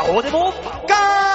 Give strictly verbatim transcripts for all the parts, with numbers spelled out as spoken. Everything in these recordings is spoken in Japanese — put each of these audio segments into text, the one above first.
バオデモガー。さ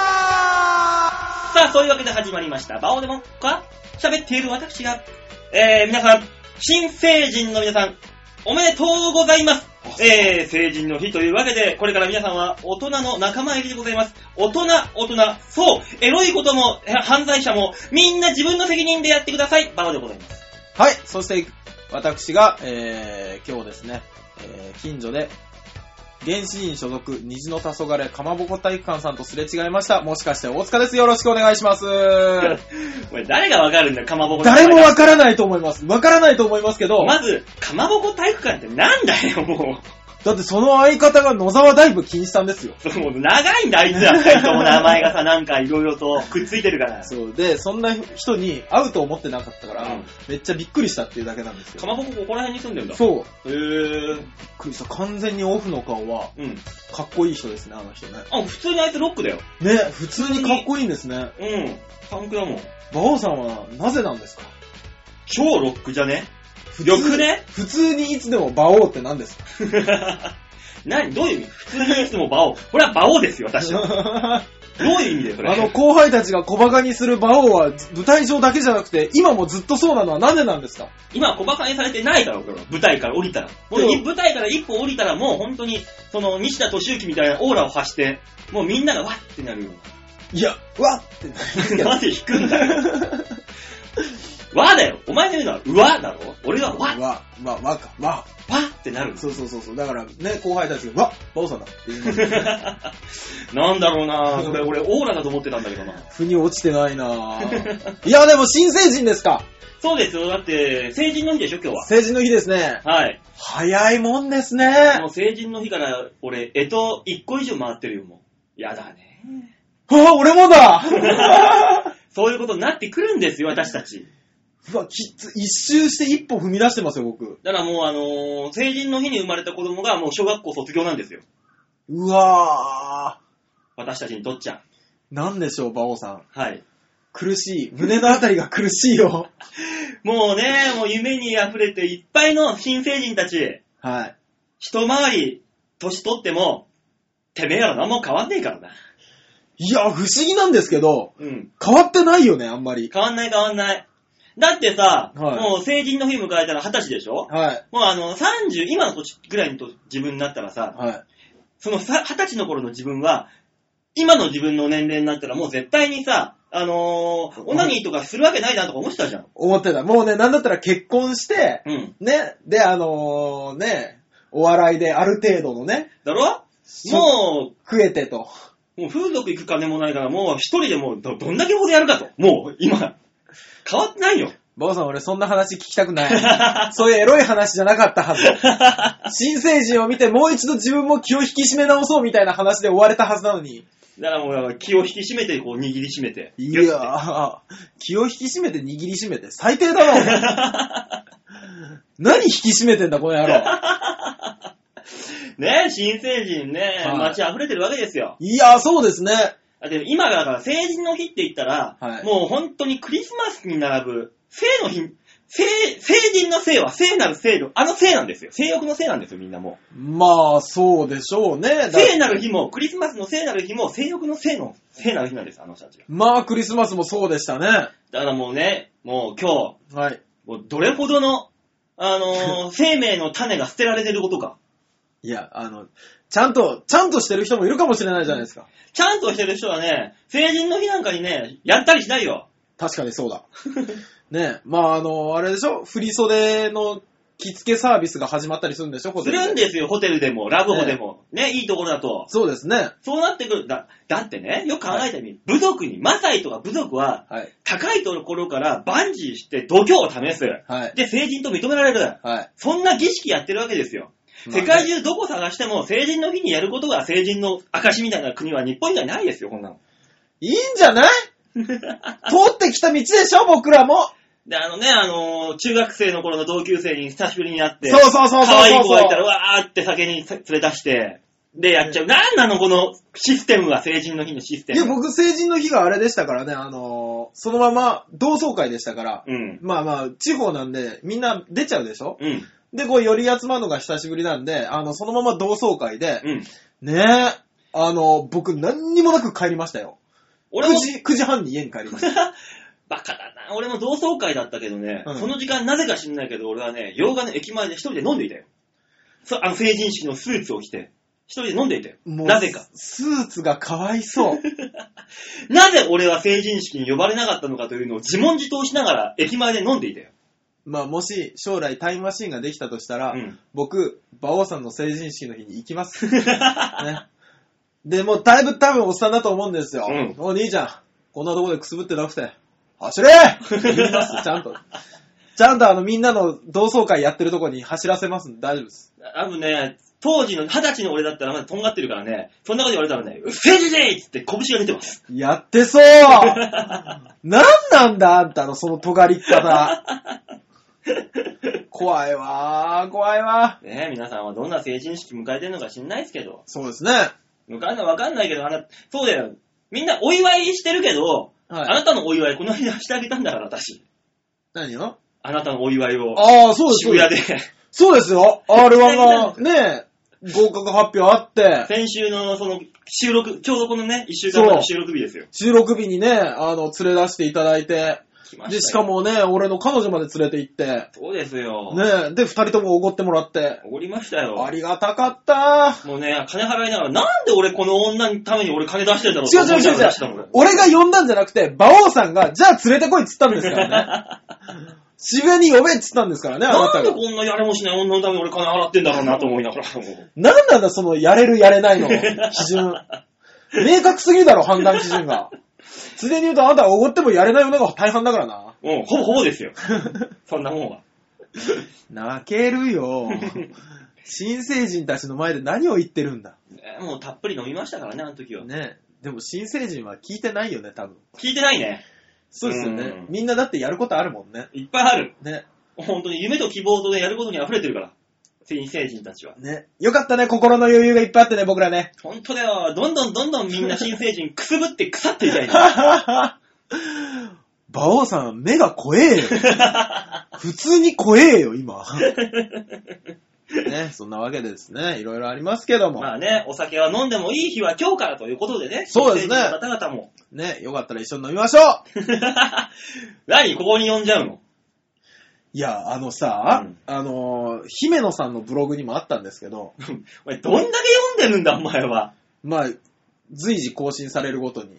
あ、そういうわけで始まりましたバオデモが喋っている私が、えー、皆さん、新成人の皆さん、おめでとうございます。えー、成人の日というわけで、これから皆さんは大人の仲間入りでございます。大人、大人、そう、エロいことも、犯罪者も、みんな自分の責任でやってください。バオでございます。 はい、そして私が、えー、今日ですね、えー、近所で原始院所属虹の黄昏かまぼこ体育館さんとすれ違いました。もしかして大塚です。よろしくお願いします。 これ誰がわかるんだよ、かまぼこ。 誰もわからないと思います。わからないと思いますけど、 まずかまぼこ体育館ってなんだよ、もう。 だってその相方が野沢大部禁止さんですよ。 そう、もう長いんだ、あいつら二人とも名前がさ、なんかいろいろとくっついてるから。 そうで、そんな人に会うと思ってなかったから、 うん、 めっちゃびっくりしたっていうだけなんですよ。 かまぼこここら辺に住んでんだ。 そう。 へー。 びっくりした。完全にオフの顔は、うん、かっこいい人ですね、あの人ね。 あ、普通にあいつロックだよ。 ね、普通にかっこいいんですね。 うん。パンクだもん。 馬王さんはなぜなんですか？ 超ロックじゃね？よくね？ 普通にいつでも馬王って何ですか？ 何？どういう意味？普通にいつでも馬王。これは馬王ですよ、私は。どういう意味だよ、これ。 あの、後輩たちが小馬鹿にする馬王は、舞台上だけじゃなくて、今もずっとそうなのはなぜなんですか？ 今は小馬鹿にされてないだろ、これは。舞台から降りたら。もう舞台から一歩降りたら、もう本当に、その、西田敏行みたいなオーラを発して、もうみんながわってなるような。 いや、わってなる。 なんで引くんだよ。わだよ。お前の言うのはうわだろ。俺はわ。 わ、わ、わか、わ。 わってなる。 そうそうそうそう。だからね、後輩たちが、わ、馬王さんだって言うんですね。 なんだろうなぁ。これ俺オーラだと思ってたんだけどな。 腑に落ちてないなぁ。いや、でも新成人ですか？ そうですよ。だって、成人の日でしょ、今日は。 成人の日ですね。 はい。 早いもんですね。 もう成人の日から、俺、えといっこ以上回ってるよ、もう。やだね。 はぁ、俺もだそういうことになってくるんですよ、私たち。 うわ、きつ、一周して一歩踏み出してますよ、僕。 だからもう、あのー、成人の日に生まれた子供がもう小学校卒業なんですよ。 うわぁ。 私たちにとっちゃ。 なんでしょう、馬王さん。 はい。 苦しい。胸のあたりが苦しいよ。 もうね、もう夢に溢れていっぱいの新成人たち。 はい。 一回り、年取っても、てめえら何も変わんねえからな。 いや、不思議なんですけど、 うん。 変わってないよね、あんまり。 変わんない変わんない。だってさ、 はい、 もう成人の日迎えたらはたちでしょ？ はい。 もうあの、さんじゅう、今の年ぐらいの自分になったらさ、 はい。 そのはたちの頃の自分は、今の自分の年齢になったらもう絶対にさ、あのー、オナニーとかするわけないなとか思ってたじゃん。 思ってた。もうね、なんだったら結婚して、 うん。 ね、で、あのー、ね、お笑いである程度のね、 だろ？もう、 食えてと。 もう風俗行く金もないから、もう一人でもう ど, どんだけほどやるかと。もう、今、変わってないよ。 バオさん、俺そんな話聞きたくない。そういうエロい話じゃなかったはず。新成人を見てもう一度自分も気を引き締め直そうみたいな話で終われたはずなのに。 だからもう気を引き締めて、こう握り締めて。 いやー、気を引き締めて握り締めて最低だな、何引き締めてんだ、この野郎。 ねえ、新成人ね、はい、街溢れてるわけですよ。 いやー、そうですね。 で今がだから成人の日って言ったら、はい、もう本当にクリスマスに並ぶ、性の日、性、成人の性は聖なる性の、あの性なんですよ。性欲の性なんですよ、みんなもう。まあ、そうでしょうね。 聖なる日も、クリスマスの聖なる日も、性欲の性の聖なる日なんです、あの人たちが。 まあ、クリスマスもそうでしたね。だからもうね、もう今日、 はい。 もうどれほどの、あのー、生命の種が捨てられてることか。 いや、あの、ちゃんと、ちゃんとしてる人もいるかもしれないじゃないですか。 ちゃんとしてる人はね、成人の日なんかにね、やったりしないよ。 確かにそうだ。ねえ、まああの、あれでしょ？振り袖の着付けサービスが始まったりするんでしょ？ホテルで。 するんですよ、ホテルでも、ラブホでも。ね, ね、いいところだと。 そうですね。 そうなってくる。だ、だってね、よく考えてみ、はい、部族に、マサイとか部族は、はい、高いところからバンジーして度胸を試す。はい、で、成人と認められる。はい、そんな儀式やってるわけですよ。世界中どこ探しても成人の日にやることが成人の証みたいな国は日本以外ないですよ、こんなの。 いいんじゃない通ってきた道でしょ、僕らも。 で、あのね、あのー、中学生の頃の同級生に久しぶりに会って、 そうそうそうそうそう。 可愛い子がいたら、わーって酒に連れ出して、で、やっちゃう。なんなの、このシステムは、成人の日のシステム。 いや、僕、成人の日があれでしたからね、あのー、そのまま同窓会でしたから、うん、まあまあ、地方なんで、みんな出ちゃうでしょ、うん、で、こう、寄り集まるのが久しぶりなんで、あの、そのまま同窓会で、うん、ねえ、 あの、僕何にもなく帰りましたよ。 俺もくじ、くじはんに家に帰りました。 バカだな。俺も同窓会だったけどね、 うん、 その時間なぜか知んないけど、俺はね、洋画の駅前で一人で飲んでいたよ。そう、あの成人式のスーツを着て、一人で飲んでいたよ。なぜか。 スーツがかわいそう。 なぜ俺は成人式に呼ばれなかったのかというのを自問自答しながら駅前で飲んでいたよ。 まあ、もし将来タイムマシーンができたとしたら、うん、僕、馬王さんの成人式の日に行きます。ね、で、もうだいぶ多分おっさんだと思うんですよ。うん、お兄ちゃん、こんなとこでくすぶってなくて、走れ言います、ちゃんと。ちゃんとあのみんなの同窓会やってるとこに走らせますんで大丈夫です。 あのね、当時の二十歳の俺だったらまだとんがってるからね、そんなこと言われたらね、成人でーって拳が出てます。 やってそうなんなんだあんたのその尖り方。怖いわー、怖いわー。 ねえ、皆さんはどんな成人式迎えてるのか知んないですけど。 そうですね。 迎えるのわかんないけど、あな、そうだよ。みんなお祝いしてるけど、はい、あなたのお祝いこの間してあげたんだから、私。 何よ？ あなたのお祝いを。 ああ、そうです。 渋谷で。 そうですよ。アールワン がね、合格発表あって。 先週のその収録、ちょうどこのね、一週間前の収録日ですよ。 収録日にね、あの、連れ出していただいて。で、しかもね、俺の彼女まで連れて行って。 そうですよ。 ね、で、二人ともおごってもらって。 おごりましたよ。 ありがたかった。 もうね、金払いながら、なんで俺この女のために俺金出してんだろうって思いながら出したもん。違う違う違う違う。俺が呼んだんじゃなくて、馬王さんが、じゃあ連れてこいっつったんですからね。渋谷に呼べっつったんですからね、あなたが。 なんでこんなやれもしない女のために俺金払ってんだろうなと思いながら。 なんなんだ、そのやれるやれないの基準。明確すぎるだろ、判断基準が。ついでに言うと、あなたはおごってもやれない女が大半だからな。 うん、ほぼほぼですよ。そんなもんは。 泣けるよ。新成人たちの前で何を言ってるんだ。 ね、もうたっぷり飲みましたからね、あの時は。 ね。でも新成人は聞いてないよね、多分。 聞いてないね。 そうですよね。みんなだってやることあるもんね。 いっぱいある。 ね。 本当に夢と希望とね、やることに溢れてるから。新成人たちは。 ね。よかったね、心の余裕がいっぱいあってね、僕らね。 ほんとだよ。どんどんどんどんみんな新成人くすぶって腐っていたいな。 馬王さん、目が怖えよ。普通に怖えよ、今。ね、そんなわけでですね、いろいろありますけども。 まあね、お酒は飲んでもいい日は今日からということでね。 そうですね。 新成人の方々も。 ね、よかったら一緒に飲みましょう。 何ここに呼んじゃうの？ いや、あのさ、 うん、 あのー、姫野さんのブログにもあったんですけど。 お前どんだけ読んでるんだ、お前は。 まあ、随時更新されるごとに。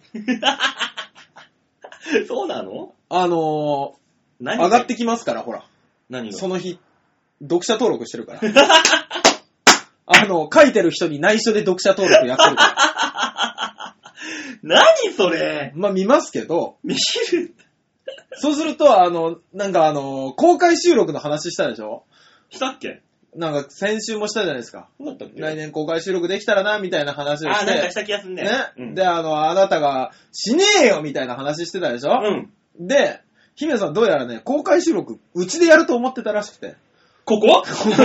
そうなの？ あのー、上がってきますから、ほら。 何が？ その日、読者登録してるから。あの、書いてる人に内緒で読者登録やってるから。 何それ？ まあ見ますけど。 見る？ そうすると、あの、なんかあの、公開収録の話したでしょ？ したっけ？ なんか先週もしたじゃないですか。 そうだったっけ？ 来年公開収録できたらな、みたいな話をして。 あ、なんかした気がすんね。 ね、 うん、 で、あの、あなたが、しねえよみたいな話してたでしょ？ うん。 で、姫さんどうやらね、公開収録、うちでやると思ってたらしくて。 ここ？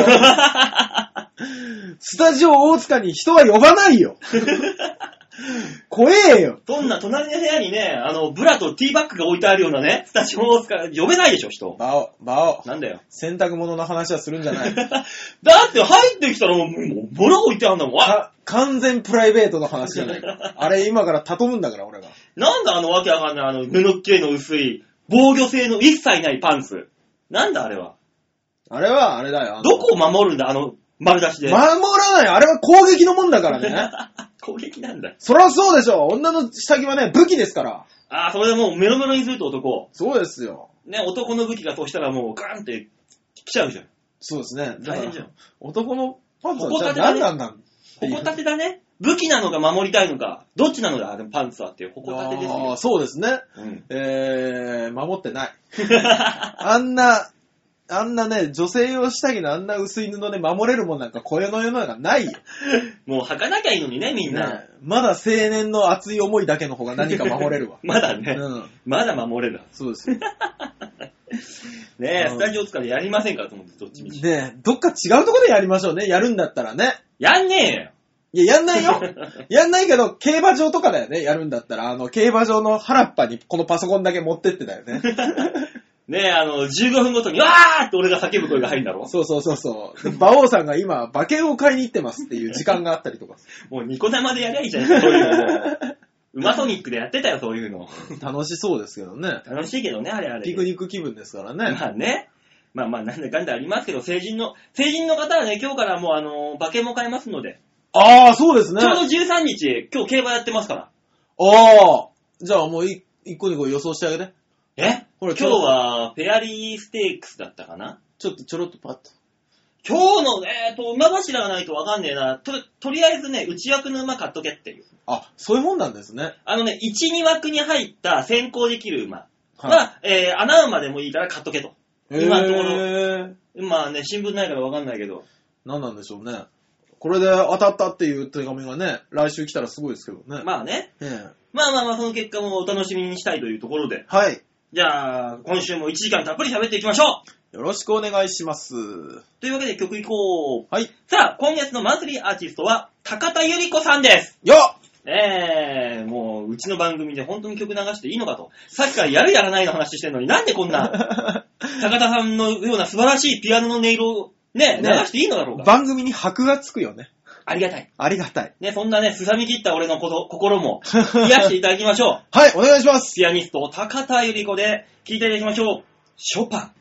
スタジオ大塚に人は呼ばないよ。怖えよ。 そんな隣の部屋にね、あの、ブラとティーバッグが置いてあるようなね、スタジオ大塚呼べないでしょ、人。 バオ、バオ。 なんだよ。 洗濯物の話はするんじゃない。 だって入ってきたらもう、もうブラ置いてあるんだもん。 か完全プライベートの話じゃないか。あれ今から畳むんだから、俺が。 なんだあのわけわかんない、あの、布っ系の薄い、防御性の一切ないパンツ。なんだあれは。 あれは、あれだよ。 どこを守るんだ、あの、丸出しで。 守らない。あれは攻撃のもんだからね。 攻撃なんだ。 そりゃそうでしょ。女の下着はね、武器ですから。 ああ、それでもうメロメロにすると男。 そうですよ。 ね、男の武器がそうしたらもうガーンって来ちゃうじゃん。 そうですね。 大変じゃん。 男のパンツはじゃあ何なんだ。 ほこたてだね。武器なのか守りたいのか、どっちなのだ、パンツはっていう、ほこたてですよ。 ああ、そうですね。 うん、 えー、守ってない。あんな、あんなね、女性用下着のあんな薄い布で守れるもんなんか、この世の中ないよ。 もう履かなきゃいいのにね、みんな。 ね、まだ青年の熱い思いだけの方が何か守れるわ。 まだね、うん。まだ守れる。 そうですよ。 ねえ、スタジオ使いでやりませんからと思って、どっちみち。 ねえ、どっか違うとこでやりましょうね。やるんだったらね。 やんねえよ。 いや、やんないよ。やんないけど、競馬場とかだよね。やるんだったら、あの、競馬場の原っぱにこのパソコンだけ持ってってだよね。 ねえ、あの、じゅうごふんごとに、わーって俺が叫ぶ声が入るんだろ。 そうそうそうそう。馬王さんが今、馬券を買いに行ってますっていう時間があったりとか。 もうニコ生でやりゃいいじゃん、そういうのも。ウマソニックでやってたよ、そういうの。 楽しそうですけどね。 楽しいけどね、あれあれ。 ピクニック気分ですからね。 まあね。まあまあ、なんだかんだありますけど、成人の、成人の方はね、今日からもうあの、馬券も買えますので。 ああ、そうですね。 ちょうどじゅうさんにち、今日競馬やってますから。 ああ。じゃあもうい一個二個予想してあげて。 えほら今日は、フェアリーステークスだったかな。 ちょっとちょろっとパッと。 今日の、えーと、馬柱がないとわかんねえな。と、とりあえずね、内枠の馬買っとけっていう。 あ、そういうもんなんですね。 あのね、いち、に枠に入った先行できる馬は、 はえー、穴馬でもいいから買っとけと。今のところ。 へー。 まあね、新聞ないからわかんないけど。 何なんでしょうね。これで当たったっていう手紙がね、来週来たらすごいですけどね。 まあね。 ええ、 まあまあまあ、その結果もお楽しみにしたいというところで。 はい。 じゃあ、今週もいちじかんたっぷり喋っていきましょよろしくお願いします。 うというわけで曲いこう。 はい。 さあ、今月のマンスリーアーティストは、高田ゆり子さんです。 よっえー、もう、うちの番組で本当に曲流していいのかと。さっきからやるやらないの話してるのに、なんでこんな、高田さんのような素晴らしいピアノの音色をね、流していいのだろうか。 番組に箔がつくよね。 ありがたい。 ありがたい。 ね、そんなね、すさみ切った俺のこと心も、癒していただきましょう。 はい、お願いします。 ピアニスト、高田ゆり子で聴いていただきましょう。ショパン。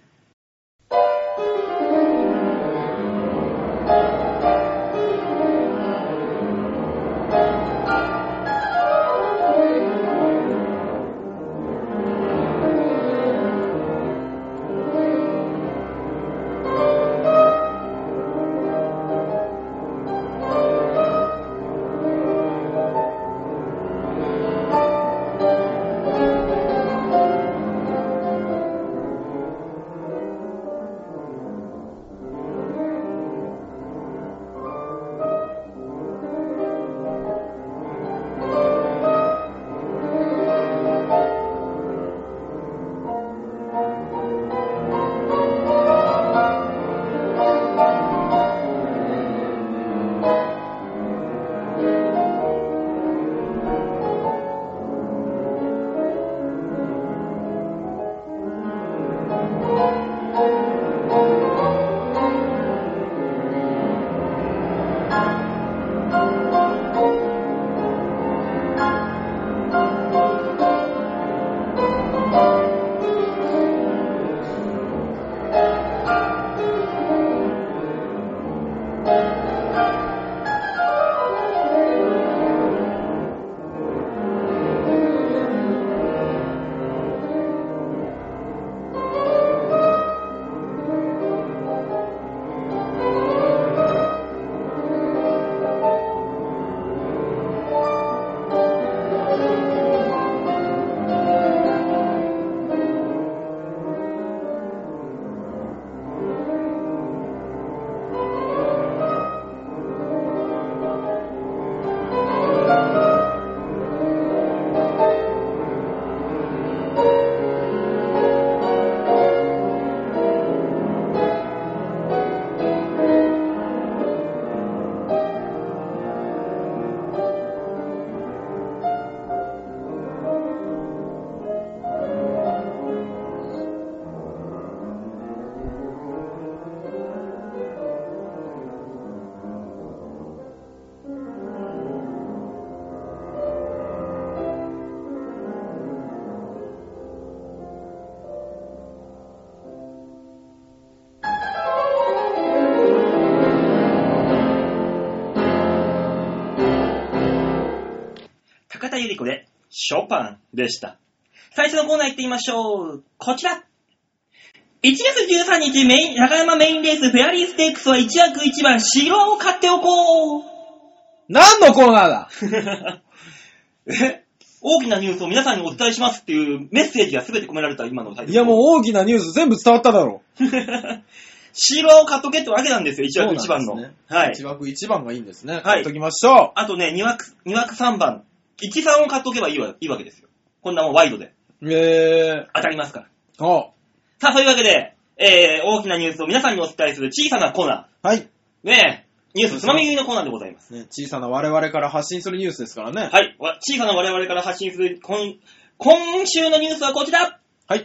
高田ゆり子でショパンでした。最初のコーナー行ってみましょう。こちら。いちがつじゅうさんにちメイン、中山メインレースフェアリーステークスはいちわくいちばん、シロアを買っておこう。 何のコーナーだえ大きなニュースを皆さんにお伝えしますっていうメッセージが全て込められた今のタイトル。 いやもう大きなニュース全部伝わっただろう。 シロアを買っとけってわけなんですよ、いちわくいちばんの。 ね、 はい。 いちわくいちばんがいいんですね。 はい。 買っときましょう。 あとね、にわく、にわくさんばん。いち、さんを買っとけばいいわいいわけですよ。こんなもんワイドで。 えー。 当たりますから。 あさあ、そういうわけで、えー、大きなニュースを皆さんにお伝えする小さなコーナはい。 ー。ねえ、ニュースつまみ食いのコーナーでございます。 ね、小さな我々から発信するニュースですからね。 はい。小さな我々から発信する今、今週のニュースはこちら。 はい。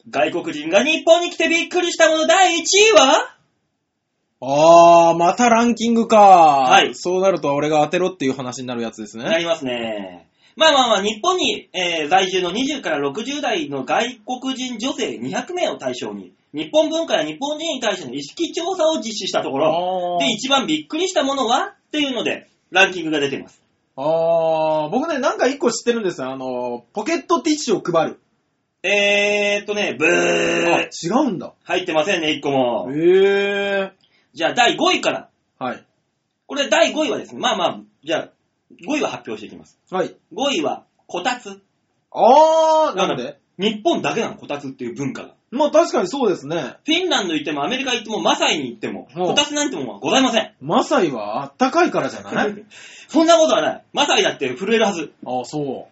外国人が日本に来てびっくりしたものだいいちいはあー、またランキングか。 はい。 そうなると俺が当てろっていう話になるやつですね。 なりますね。まあまあまあ、日本に、えー、在住のにじゅうからろくじゅう代の外国人女性にひゃくめいを対象に、日本文化や日本人に対しての意識調査を実施したところ、で、一番びっくりしたものはっていうので、ランキングが出ています。 あー、僕ね、なんか一個知ってるんですよ。あの、ポケットティッシュを配る。 えーっとね、ブー。 あ、違うんだ。 入ってませんね、いっこも。 へー。 じゃあ、だいごいから。 はい。 これだいごいはですね、まあまあ、じゃあ、ごいは発表していきます。 はい。 ごいは、こたつ。 あー、なんで？ 日本だけなの、こたつっていう文化が。 まあ確かにそうですね。 フィンランド行ってもアメリカ行ってもマサイに行っても、こたつなんてものはございません。 マサイはあったかいからじゃないそんなことはない。マサイだって震えるはず。 ああ、そう。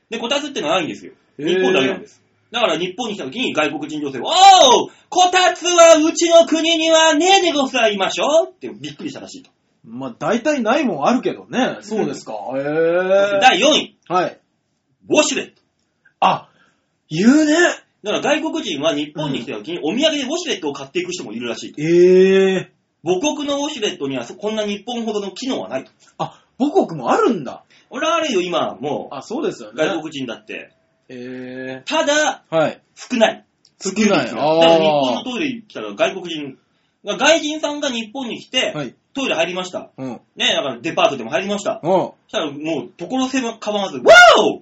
で、こたつってのはないんですよ。日本だけなんです。だから日本に来た時に外国人女性は、おーこたつはうちの国にはねえでございましょうってびっくりしたらしいと。 まあ大体ないもんあるけどね。そうですか。へえ。 だいよんい。 はい。 ウォシュレット。 あ、言うね。 だから外国人は日本に来た時にお土産でウォシュレットを買っていく人もいるらしい。 ええー。 母国のウォシュレットにはこんな日本ほどの機能はないと。 あ、母国もあるんだ。 俺はあれよ、今、もう。 あ、そうですよね。 外国人だって。 ええー。 ただ、 はい。 少ない。 少ない。ああ。だから日本のトイレ来たら外国人、外人さんが日本に来て、はい、トイレ入りました。うん。ね、だからデパートでも入りました。うん。そしたらもう、所狭かばわず、Wow!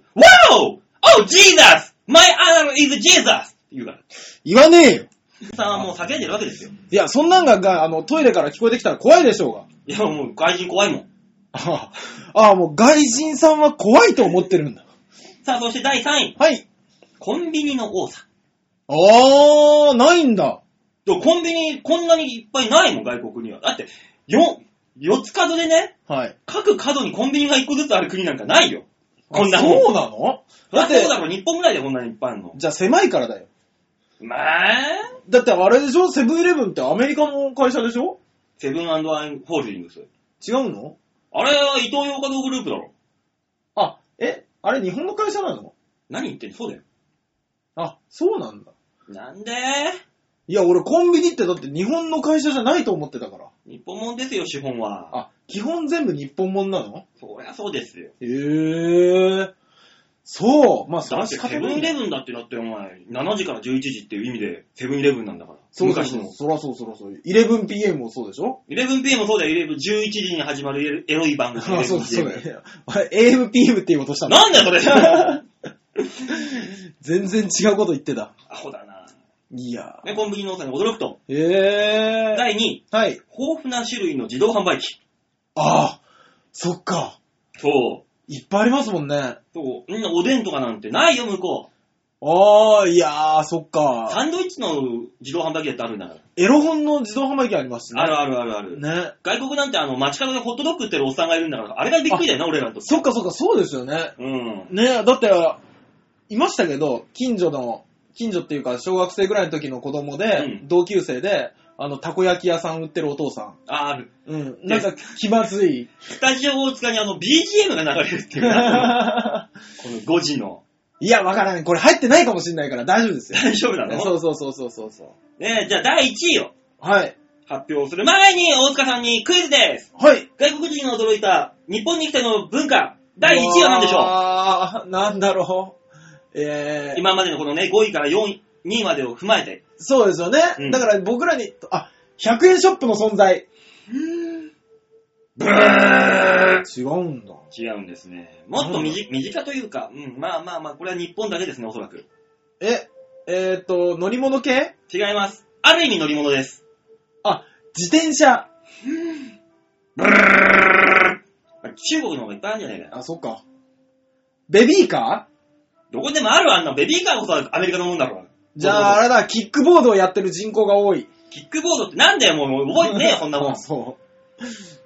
Wow! Oh, Jesus! My honor is Jesus! って言うから。 言わねえよ。 さんはもう叫んでるわけですよ。 いや、そんなんが、があの、トイレから聞こえてきたら怖いでしょうが。 いや、もう外人怖いもん。 ああ、ああ、もう外人さんは怖いと思ってるんだ。 さあ、そしてだいさんい。 はい。 コンビニの多さ。 ああ、ないんだ。 コンビニ、こんなにいっぱいないもん、外国には。だって、よ、四つ角でね、はい。各角にコンビニが一個ずつある国なんかないよ。こんなもん。 そうなの？ だってそうだろ、日本ぐらいでこんなにいっぱいあるの。 じゃあ狭いからだよ。 まあだってあれでしょ？セブンイレブンってアメリカの会社でしょ？ セブン&アイ・ホールディングス。 違うの？ あれはイトーヨーカドーグループだろ。 あ、え、あれ日本の会社なの？ 何言ってんの？そうだよ。 あ、そうなんだ。 なんで？ いや、俺コンビニってだって日本の会社じゃないと思ってたから。 日本もんですよ、資本は。 あ、基本全部日本もんなの？ そりゃそうですよ。 へぇー。そう。まあ、そらしかセブンイレブンだってだってお前、しちじからじゅういちじっていう意味で、セブンイレブンなんだから。 そうそうそう。そらそうそらそう。イレブンピーエム もそうでしょ？ イレブンピーエム もそうだよ。じゅういちじに始まるエロい番組。 あ、そうそうだよ。エーエムピーエム って言おうとしたの。 なんだよ、それ全然違うこと言ってた。 アホだな。 いやー。コンビニの多さに驚くと。 へぇー。 だいにい。はい。豊富な種類の自動販売機。 ああ、そっか。 そう。 いっぱいありますもんね。 そう。みんなおでんとかなんてないよ、向こう。ああ、いやー、そっか。 サンドイッチの自動販売機だってあるんだから。 エロ本の自動販売機ありますね。 あるあるあるある。ね。外国なんてあの、街角でホットドッグ売ってるおっさんがいるんだから、あれがびっくりだよな、俺らと。 そっかそっか、そうですよね。 うん。 ね、だって、いましたけど、近所の、近所っていうか、小学生ぐらいの時の子供で、うん、同級生で、あの、たこ焼き屋さん売ってるお父さん。 あ、ある。 うん。なんか、気まずい。 スタジオ大塚にあの、ビージーエム が流れるっていうか、このごじの。 いや、わからない。これ入ってないかもしれないから大丈夫ですよ。 大丈夫なの？ そうそうそうそうそうそう。 ねえ、じゃあだいいちいを。 はい。 発表する前に、大塚さんにクイズです。 はい。 外国人が驚いた、日本に来ての文化、だいいちいは何でしょう？ あー、なんだろう。えー。 今までのこのね、ごいからよんい、にいまでを踏まえて。 そうですよね。うん、だから僕らに、あ、ひゃくえんショップの存在。 ブー違うんだ。 違うんですね。もっと身近というか、うん、まあまあまあ、これは日本だけですね、おそらく。 え、えーっと、乗り物系？ 違います。ある意味乗り物です。 あ、自転車。 ブー中国の方がいっぱいあるんじゃないかよ。 あ、そっか。ベビーカーどこでもあるわ、あんな。ベビーカーこそアメリカのもんだから。 じゃあ、あれだ、キックボードをやってる人口が多い。 キックボードってなんだよ、もう覚えてねえよ、そんなもん。 そう。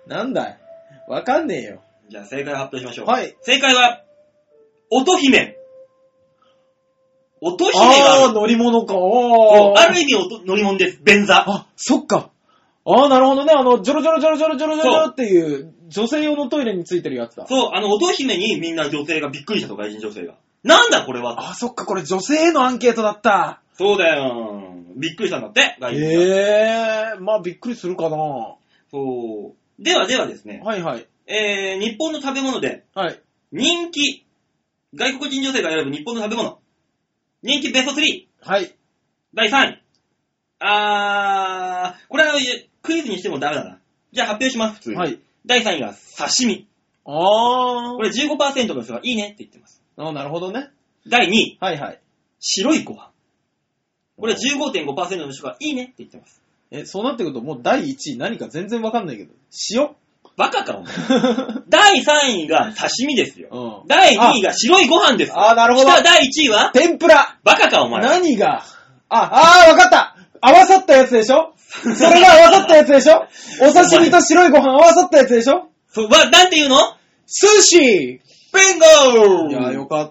なんだい。わかんねえよ。 じゃあ正解を発表しましょう。 はい。 正解は、乙姫。乙姫がある。 あー、乗り物か。あある意味乗り物です。便座。 あ、そっか。あー、なるほどね。あの、ジョロジョロジョロジョロジョロジョロっていう女性用のトイレについてるやつだ。 そう、あの、乙姫にみんな女性がびっくりしたと、外人女性が。なんだこれは。 あ、そっか、これ女性へのアンケートだった。 そうだよ。びっくりしたんだって、外人が。 えー、まあびっくりするかな。 そう。ではではですね。 はいはい。 えー、日本の食べ物で、 はい。 人気、外国人女性が選ぶ日本の食べ物。人気ベストスリー。 はい。 だいさんい。あー、これはクイズにしてもダメだな。じゃあ発表します、普通に。 はい。 だいさんいが刺身。 あー。 これ じゅうごパーセント の人がいいねって言ってます。 あー、なるほどね。 だいにい。 はいはい。 白いご飯。これ じゅうごてんごパーセント の人がいいねって言ってます。 え、そうなってくるともうだいいちい何か全然わかんないけど。塩バカかお前。だいさんいが刺身ですよ。 うん。 だいにいが白いご飯ですよ。 あー、なるほど。 下だいいちいは天ぷら。 バカかお前。 何があ、あー、わかった合わさったやつでしょそれが合わさったやつでしょお刺身と白いご飯合わさったやつでしょそう、わ、なんて言うの寿司ビンゴーいや、よかった。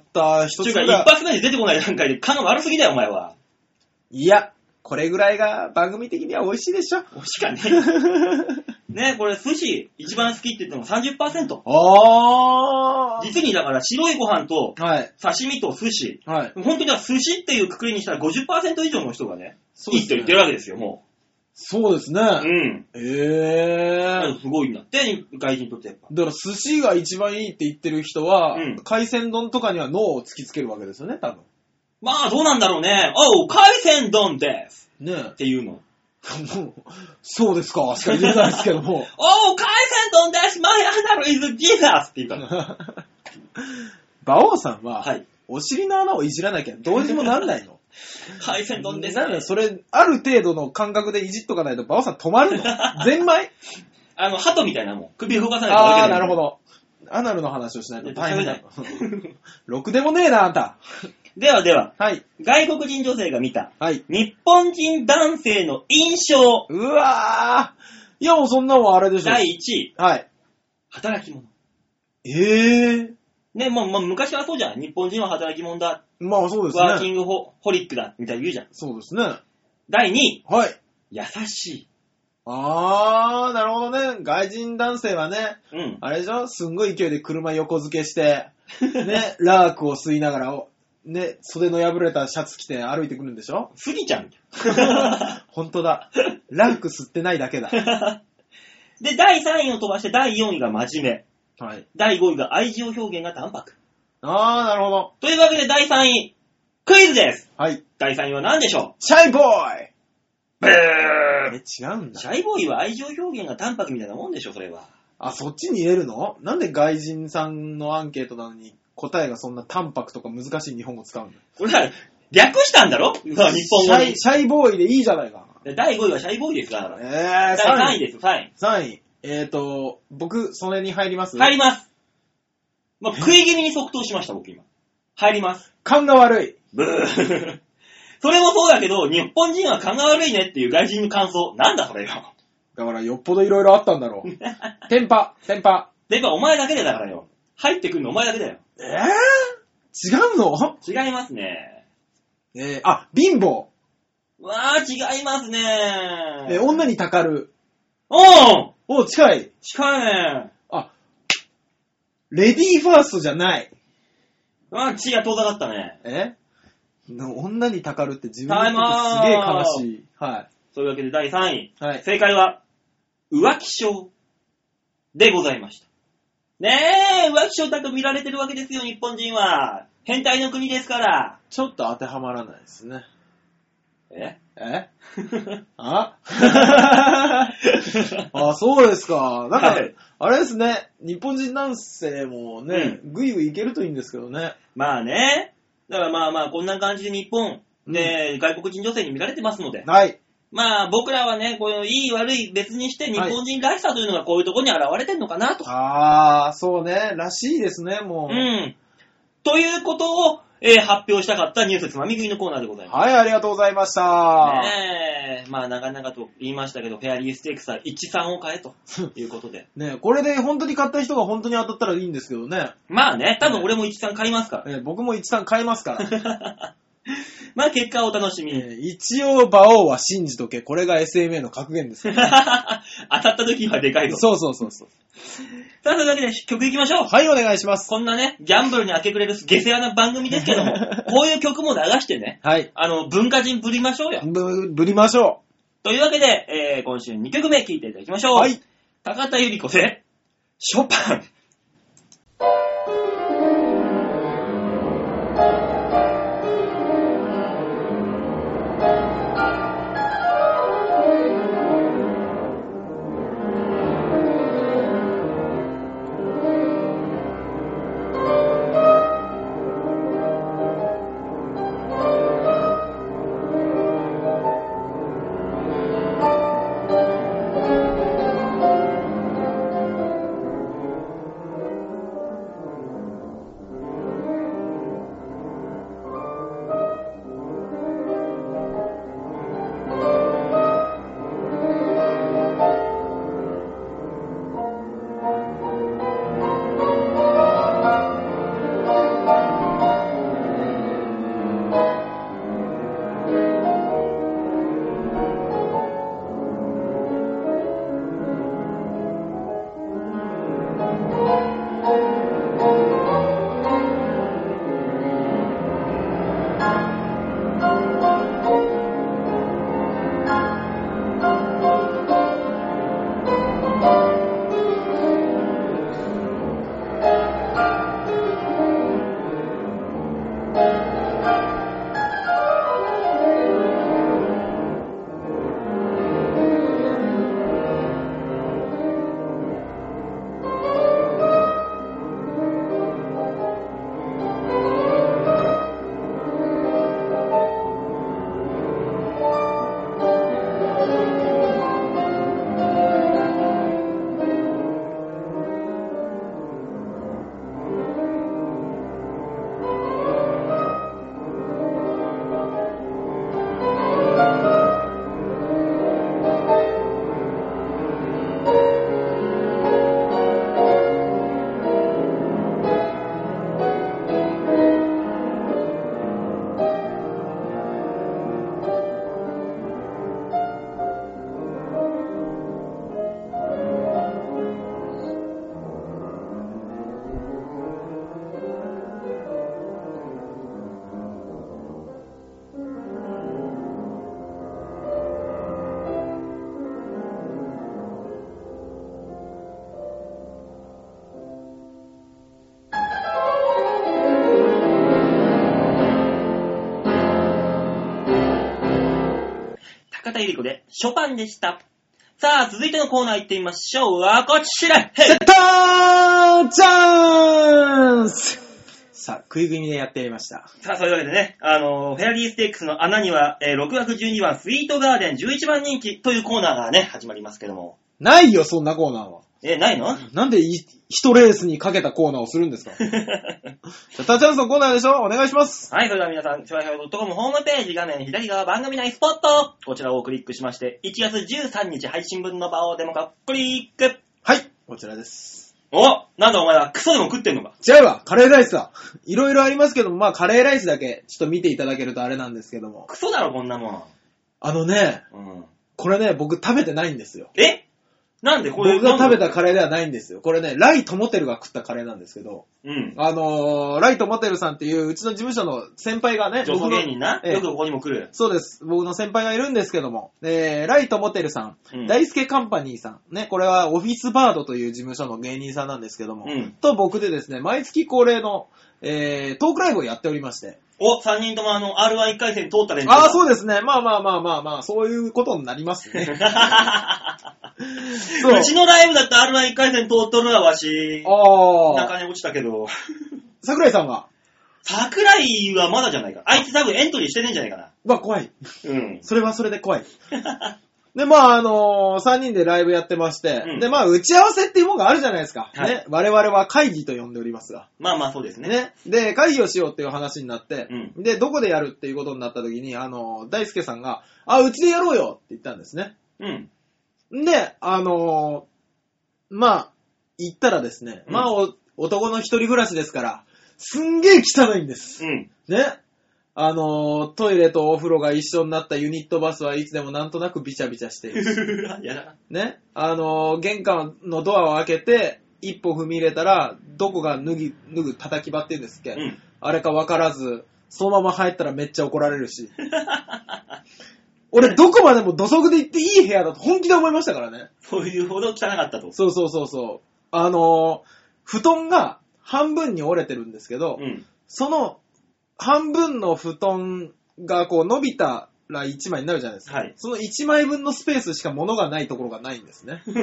一つか、 つぐらい。 一発目で出てこない段階で勘が悪すぎだよ、お前は。 いや、これぐらいが番組的には美味しいでしょ。 おしかね。ね、これ寿司一番好きって言っても さんじゅっパーセント。 あー。 実にだから白いご飯とはい。 刺身と寿司。 はい。 本当には寿司っていうくくりにしたら ごじゅっパーセント 以上の人がね、 そうですねいいって言ってるわけですよ、もそうですね。 う。うん。 えー。 すごいんだって、外人にとってやっぱ。 だから寿司が一番いいって言ってる人は、 うん海鮮丼とかには脳を突きつけるわけですよね、多分。 まあ、どうなんだろうね。おう、海鮮丼ですねっていうの。 え。もうそうですか、しか言えないですけども。 おう、海鮮丼です !My honor is Jesus! って言うから。 馬王さんは、 はい。 お尻の穴をいじらなきゃどうにもなんないの。 海鮮丼です、 なんだそれ、ある程度の感覚でいじっとかないと馬王さん止まるのゼンマイあの、鳩みたいなもん。首動かさないといけない。 あー、なるほど。アナルの話をしないと大変だ。ろくでもねえな、あんた。 ではでは、 はい。 外国人女性が見た、 はい。 日本人男性の印象、 うわー。いや、もうそんなもんあれでしょ。 だいいちい、 はい。 働き者。 えー。 ね、もう、まあ、昔はそうじゃん。日本人は働き者だ。 まあそうですワーキね。 ングホホリックだ。みたいに言うじゃん。 そうですね。 だいにい、 はい。 優しい。 あー、なるほどね。外人男性はね、 うん。 あれでしょすんごい勢いで車横付けして、ね、ラークを吸いながら、おね、袖の破れたシャツ着て歩いてくるんでしょスギちゃん。 ほんとだ。ラーク吸ってないだけだ。 で、だいさんいを飛ばしてだいよんいが真面目。 はい。 だいごいが愛情表現が淡白。 あー、なるほど。 というわけでだいさんい、クイズです。 はい。 だいさんいは何でしょシャイボーイう？ブえ、違うんだ。 シャイボーイは愛情表現が淡白みたいなもんでしょ、それは。 あ、そっちに入れるのなんで外人さんのアンケートなのに答えがそんな淡白とか難しい日本語使うんだこれは略したんだろ日本語に。 シャイ、シャイボーイでいいじゃないか。 だいごいはシャイボーイですから。 えー、 だいさんいです、さんい。 さんい。えーと、僕、それに入ります入ります。まあ、食い気味に即答しました、僕今。入ります。 勘が悪い。 ブー。それもそうだけど、日本人は勘が悪いねっていう外人の感想。なんだそれよ。 だからよっぽどいろいろあったんだろう。テンパ、テンパ。 でもお前だけでだからよ。入ってくるのお前だけだよ。 えー、違うの違いますね。 えー、あ、貧乏。 わー、違いますね。 えー、女にたかる。 おーお、近い。 近いね。 あ、レディーファーストじゃない。 あ、血が遠ざかったね。 え女にたかるって自分で言っててすげえ悲しい。はい。 そういうわけでだいさんい。 はい。 正解は、浮気症でございました。ねえ、浮気症だと見られてるわけですよ、日本人は。変態の国ですから。 ちょっと当てはまらないですね。 ええああ、そうですか。なんか、 はいあれですね、日本人男性もね、ぐいぐいいけるといいんですけどね。 まあね。だからまあまあ、こんな感じで日本で、外国人女性に見られてますので。 はい。 まあ僕らはね、こういういい悪い別にして日本人らしさというのがこういうところに現れてるのかなと。 ああ、そうね、らしいですね、もう。 うん。ということを、えー発表したかったニュースつまみ食いのコーナーでございます。 はい、ありがとうございました。 ねえ、まあ長々と言いましたけど、フェアリーステークスはいち、さんを買えということで。 ね、これで本当に買った人が本当に当たったらいいんですけどね。 まあね、多分俺もいち、さん買いますから。 え僕もいち、さん買いますから。 まあ結果はお楽しみ。 えー一応、馬王は信じとけ。これが エスエムエー の格言ですから、ね。 当たった時はでかいぞ。 そうそうそうそう。 さあ、というわけで曲いきましょう。 はい、お願いします。 こんなね、ギャンブルに明け暮れる下世話な番組ですけども、こういう曲も流してね、 はい。 あの、文化人ぶりましょうよ。 ぶ、ぶりましょというわけで、えー、今週にきょくめ聴いていただきましょう。 はい。 高田由里子で、ショパン。高田由里子でショパンでした。さあ、続いてのコーナー行ってみましょう。はこちら。 う。セッターチャンスさあ、食い組みでやってやりました。 さあ、そういうわけでね、あのー、フェアリーステークスの穴には、えー、ろくわくじゅうにばん、スイートガーデンじゅういちばん人気というコーナーがね、始まりますけども。 ないよ、そんなコーナーは。 え、ないの？ なんでい一レースにかけたコーナーをするんですか？セッターチャンスのコーナーでしょ？お願いします。 はい、それでは皆さん、シュワヒョウ .com ホームページ画面左側番組内スポット、こちらをクリックしまして、いちがつじゅうさんにち配信分の場をデモ化クリック。 はい、こちらです。 お、なんだお前はクソでも食ってんのか？ 違うわ、カレーライスだ。いろいろありますけども、まあカレーライスだけちょっと見ていただけるとあれなんですけども。 クソだろ、こんなもん。 あのね、うん、これね、僕食べてないんですよ。 え？なんでこれ僕が食べたカレーではないんですよ。これね、ライトモテルが食ったカレーなんですけど、 うん。 あのー、ライトモテルさんっていううちの事務所の先輩がね、 女装芸人な、 ええ、 よくここにも来る。 そうです。僕の先輩がいるんですけども、えー、ライトモテルさん、うん、大輔カンパニーさん、ね、これはオフィスバードという事務所の芸人さんなんですけども、うん、と僕でですね、毎月恒例の、えー、トークライブをやっておりまして、 お、三人ともあの、アールワンいっかい戦通った連中。 ああ、そうですね。まあまあまあまあまあ、そういうことになりますね。 そううちのライブだって アールワンいっかい戦通っとるわ、わし。ああ。中に落ちたけど。 桜井さんは桜井はまだじゃないか。あいつ多分エントリーしてねえんじゃないかな。 うわ、怖い。 うん。 それはそれで怖い。で、まあ、あのー、さんにんでライブやってまして、うん、で、まあ、打ち合わせっていうものがあるじゃないですか。はい、ね。我々は会議と呼んでおりますが。 まあまあ、そうですね。 ね。で、会議をしようっていう話になって、 うん、 で、どこでやるっていうことになった時に、あのー、大輔さんが、あ、うちでやろうよって言ったんですね。 うん。 で、あのー、まあ、行ったらですね、うん、まあお、男の一人暮らしですから、すんげえ汚いんです。 うん。 ね。 あのー、トイレとお風呂が一緒になったユニットバスはいつでもなんとなくビチャビチャしている。 やだ。 ね。あのー、玄関のドアを開けて、一歩踏み入れたら、どこが脱ぎ、脱ぐ叩き場って言うんですっけ、うん、あれか分からず、そのまま入ったらめっちゃ怒られるし。俺、どこまでも土足で行っていい部屋だと本気で思いましたからね。 そういうほど汚かったと。 そうそうそうそう。あのー、布団が半分に折れてるんですけど、うん、その半分の布団がこう伸びたらいちまいになるじゃないですか。はい、そのいちまいぶんのスペースしか物がないところがないんですね。 うんうん、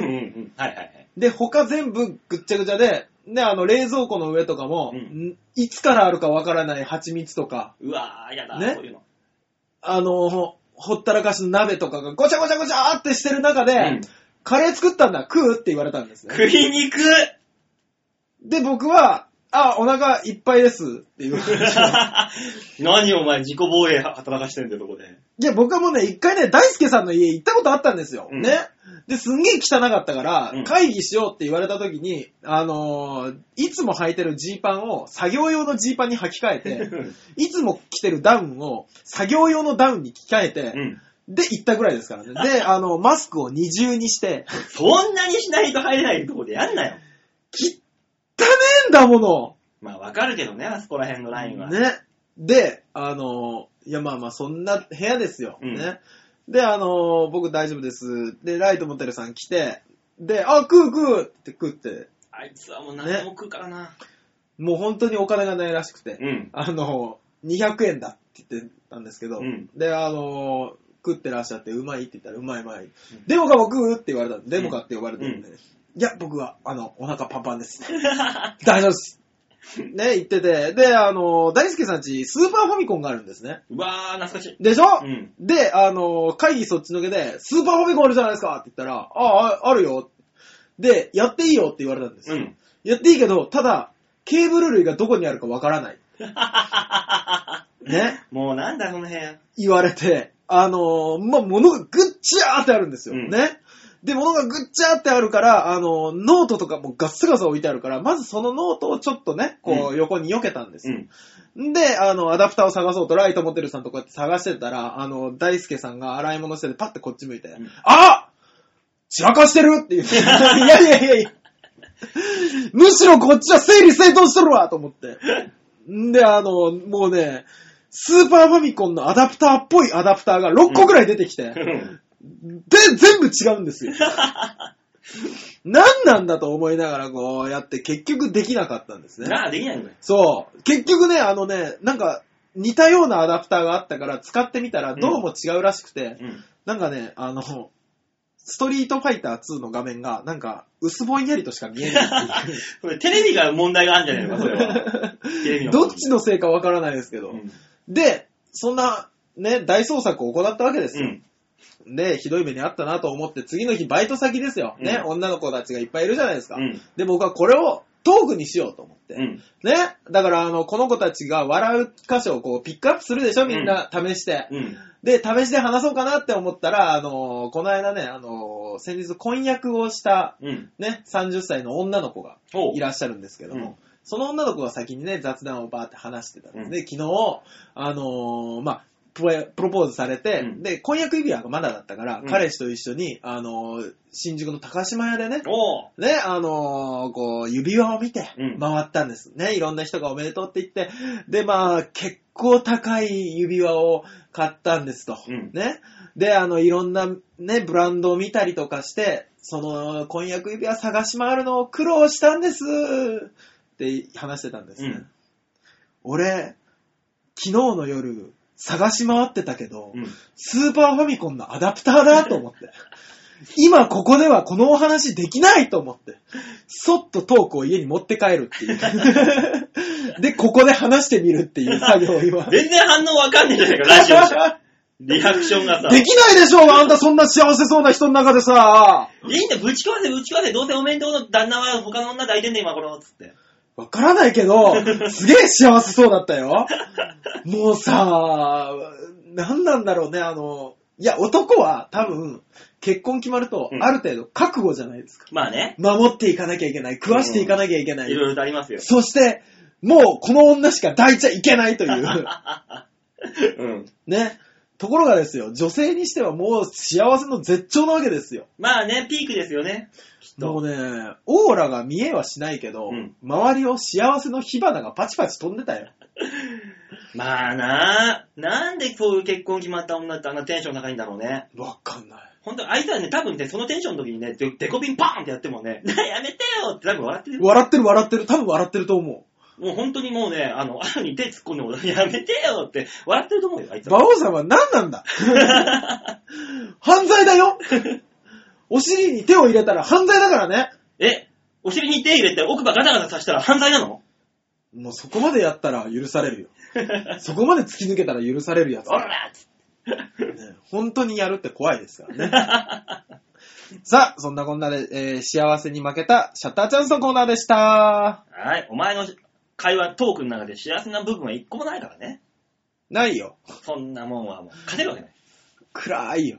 はいはいはい。 で、他全部ぐっちゃぐちゃで、で、あの、冷蔵庫の上とかも、うん、いつからあるかわからない蜂蜜とか。 うわー、やだ、 ね、 そういうの。 あの、ほったらかしの鍋とかがごちゃごちゃごちゃーってしてる中で、うん、カレー作ったんだ、食うって言われたんですね。 食いに行く。 で、僕は、あ、お腹いっぱいですって言われて。 何お前自己防衛働かしてんだよ、そこで。 いや、僕はもうね、一回ね、大輔さんの家行ったことあったんですよ。うん、ね。で、すんげえ汚かったから、うん、会議しようって言われた時に、あのー、いつも履いてるジーパンを作業用のジーパンに履き替えて、いつも着てるダウンを作業用のダウンに着替えて、うん、で、行ったぐらいですからね。で、あの、マスクを二重にして。 そんなにしないと入れないとこでやんなよ。 きったねえんだもの。 まあわかるけどね、あそこら辺のラインは。 ね。で、あのー、いやまあまあそんな部屋ですよ。うん、ね。で、あのー、僕大丈夫です。で、ライトモテルさん来て、で、あ、食う食うって食って。 あいつはもう何でも食うからな、ね。 もう本当にお金がないらしくて、 うん、 あのー、にひゃくえんだって言ってたんですけど、うん、で、あのー、食ってらっしゃってうまいって言ったらうまいうまい。うん、デモかも食うって言われたんで、デモかって呼ばれてるんで、うん、いや、僕は、あの、お腹パンパンです。大丈夫です。ね、言ってて。で、あの、大輔さんち、スーパーファミコンがあるんですね。 うわー、懐かしい。 でしょ、 うん、 で、あの、会議そっちのけで、スーパーファミコンあるじゃないですかって言ったら、ああ、あるよ。で、やっていいよって言われたんですよ。うん、やっていいけど、ただ、ケーブル類がどこにあるかわからない。ね。 もうなんだ、この部屋。 言われて、あの、ま、物がぐっちゃーってあるんですよ。うん、ね。で、物がぐっちゃーってあるから、あの、ノートとかもガッサガサ置いてあるから、まずそのノートをちょっとね、こう、横に避けたんですよ。うん、で、あの、アダプターを探そうと、ライトモテルさんとこうやって探してたら、あの、大輔さんが洗い物してて、パッてこっち向いて、うん、あ散らかしてるって言って、いやいやいやいや、むしろこっちは整理整頓してるわと思って。んで、あの、もうね、スーパーファミコンのアダプターっぽいアダプターがろっこぐらい出てきて、うんで、全部違うんですよ。何なんだと思いながらこうやって結局できなかったんですね。 ああ、できないのね。 そう。結局ね、あのね、なんか似たようなアダプターがあったから使ってみたらどうも違うらしくて、うん、なんかね、あの、ストリートファイターツーの画面がなんか薄ぼんやりとしか見えないっていう。 これテレビが問題があるんじゃないのか、それは。 テレビのどっちのせいかわからないですけど。うん、で、そんなね、大捜索を行ったわけですよ。うんで、ひどい目にあったなと思って、次の日バイト先ですよ。ね、うん、女の子たちがいっぱいいるじゃないですか。うん、で、僕はこれをトークにしようと思って。うん、ね、だからあの、この子たちが笑う箇所をこうピックアップするでしょ、みんな試して。うん、で、試しで話そうかなって思ったら、あの、この間ね、あの、先日婚約をした、ね、さんじゅっさいの女の子がいらっしゃるんですけども、その女の子が先にね、雑談をバーって話してたんですね。昨日、あのー、まあ、プロポーズされて、うん、で、婚約指輪がまだだったから、うん、彼氏と一緒に、あのー、新宿の高島屋でね、ね、あのー、こう、指輪を見て、回ったんです。うん、ね、いろんな人がおめでとうって言って、で、まあ、結構高い指輪を買ったんですと。うん、ね。で、あの、いろんなね、ブランドを見たりとかして、その、婚約指輪探し回るのを苦労したんですって話してたんですね。うん、俺、昨日の夜、探し回ってたけど、うん、スーパーファミコンのアダプターだと思って。今ここではこのお話できないと思って。そっとトークを家に持って帰るっていう。で、ここで話してみるっていう作業を今。 全然反応わかんないじゃないか、ラジオじゃ。リアクションがさ。 できないでしょうあんたそんな幸せそうな人の中でさ。 いいんだよ、ぶち壊せぶち壊せ。どうせお面倒の旦那は他の女抱いてんねん、今頃、つって。 わからないけど、すげえ幸せそうだったよ。もうさ、なんなんだろうね、あの、いや、男は多分、結婚決まると、ある程度覚悟じゃないですか。 うん、まあね。 守っていかなきゃいけない。食わしていかなきゃいけない。 いろいろとありますよ。 そして、もうこの女しか抱いちゃいけないという。 うん。 ね。ところがですよ、女性にしてはもう幸せの絶頂なわけですよ。 まあね、ピークですよね。きっと。 もうね、オーラが見えはしないけど、うん、周りを幸せの火花がパチパチ飛んでたよ。 まあなぁ、なんでそういう結婚決まった女ってあんなテンション高いんだろうね。 わかんない。 ほんと、あいつはね、多分ね、そのテンションの時にね、デコピンパーンってやってもね、やめてよって多分笑ってる。 笑ってる笑ってる。多分笑ってると思う。 もう本当にもうね、あの、あるに手突っ込んでもやめてよって笑ってると思うよ、あいつは。 馬王さんは何なんだ犯罪だよお尻に手を入れたら犯罪だからね。 え、お尻に手入れて奥歯ガタガタさせたら犯罪なの？ もうそこまでやったら許されるよ。そこまで突き抜けたら許されるやつ。 おらね、本当にやるって怖いですからね。さあ、そんなこんなで、えー、幸せに負けたシャッターチャンスのコーナーでした。 はい、お前の会話、トークの中で幸せな部分は一個もないからね。 ないよ。 そんなもんはもう勝てるわけない。 暗いよ。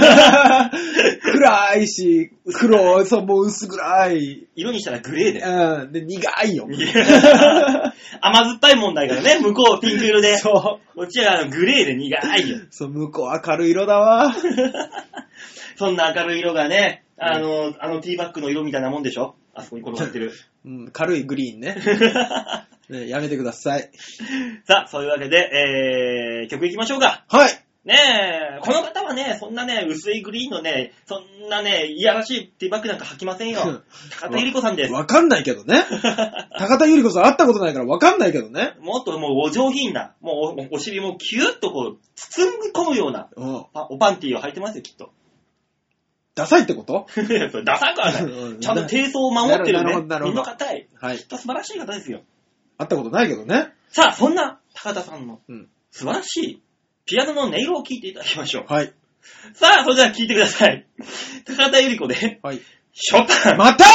暗いし、黒、そう、もう薄暗い。 色にしたらグレーで。 うん。で、苦いよ。 甘酸っぱいもんだからね、向こうピンク色で。 そう。 こっちはグレーで苦いよ。 そう、向こう明るい色だわ。 そんな明るい色がね、あの、あのティーバッグの色みたいなもんでしょ？あそこに転がってる。 うん、軽いグリーンね。ね、やめてください。 さあ、そういうわけで、えー、曲いきましょうか。 はい。 ねえ、この方はね、そんなね、薄いグリーンのね、そんなね、いやらしいティーバッグなんか履きませんよ。高田ゆり子さんです。 わかんないけどね。高田ゆり子さん会ったことないからわかんないけどね。 もっともうお上品な、もう お, お尻もキュッとこう、包み込むような、うん、おパンティーを履いてますよ、きっと。 ダサいってこと？ ダサくはない。ちゃんと低層を守ってるね。みんな硬い。 はい。 きっと素晴らしい方ですよ。 会ったことないけどね。 さあ、そんな高田さんの素晴らしいピアノの音色を聴いていただきましょう。 はい。 さあ、それでは聴いてください。高田ゆり子で、 はい。 ショパン。 また？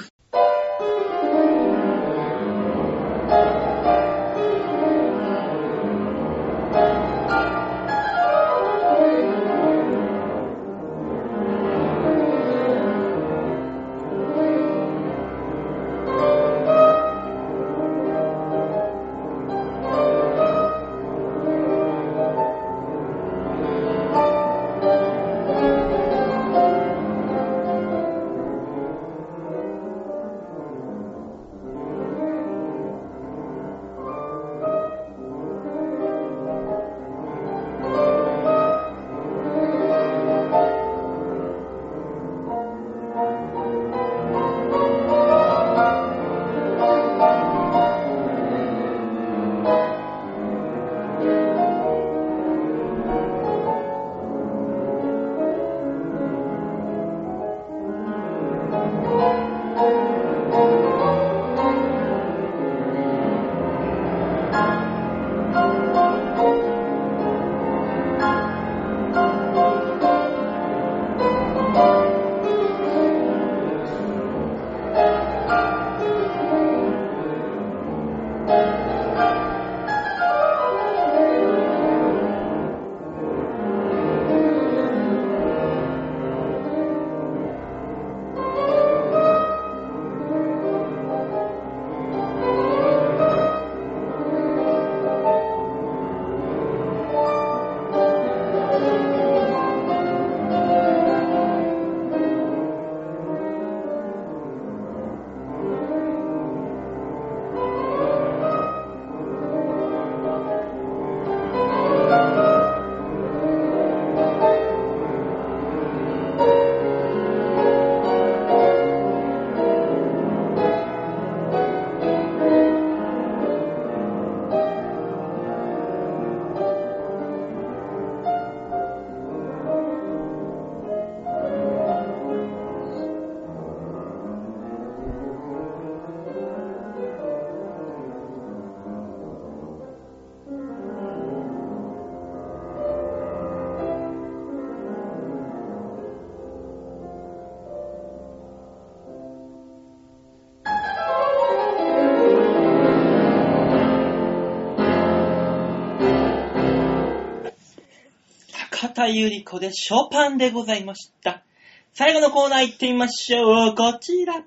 高田ゆり子でショパンでございました。最後のコーナー行ってみましょう。こちら。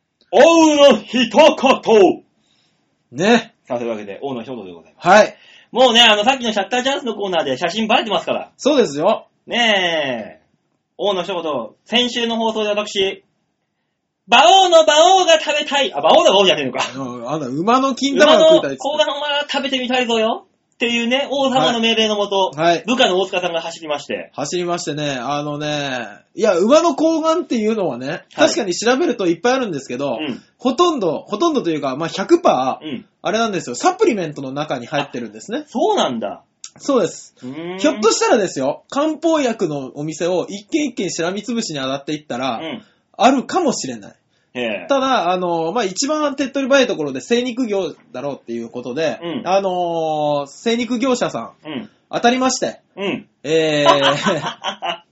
王の一言。 ね。 さあ、というわけで、王の一言でございます。 はい。 もうね、あの、さっきのシャッターチャンスのコーナーで写真バレてますから。 そうですよ。 ねえ。王の一言、先週の放送で私、馬王の馬王が食べたい。あ、馬王の馬王じゃねえのか。 あの、馬の金玉が食いたいっつって。 馬の甲羅は食べてみたいぞよ。っていうね、王様の命令のもと、 はい、 部下の大塚さんが走りまして。 走りましてね、あのね、いや、馬の睾丸っていうのはね、確かに調べるといっぱいあるんですけど、はい、ほとんど、ほとんどというか、まあ、ひゃくパーセント、うん、あれなんですよ、サプリメントの中に入ってるんですね。 そうなんだ。 そうです。ひょっとしたらですよ、漢方薬のお店を一軒一軒しらみつぶしに当たっていったら、うん、あるかもしれない。ただ、あの、まあ、一番手っ取り早いところで精肉業だろうっていうことで、うん、あのー、精肉業者さん、うん、当たりまして、うん、えー、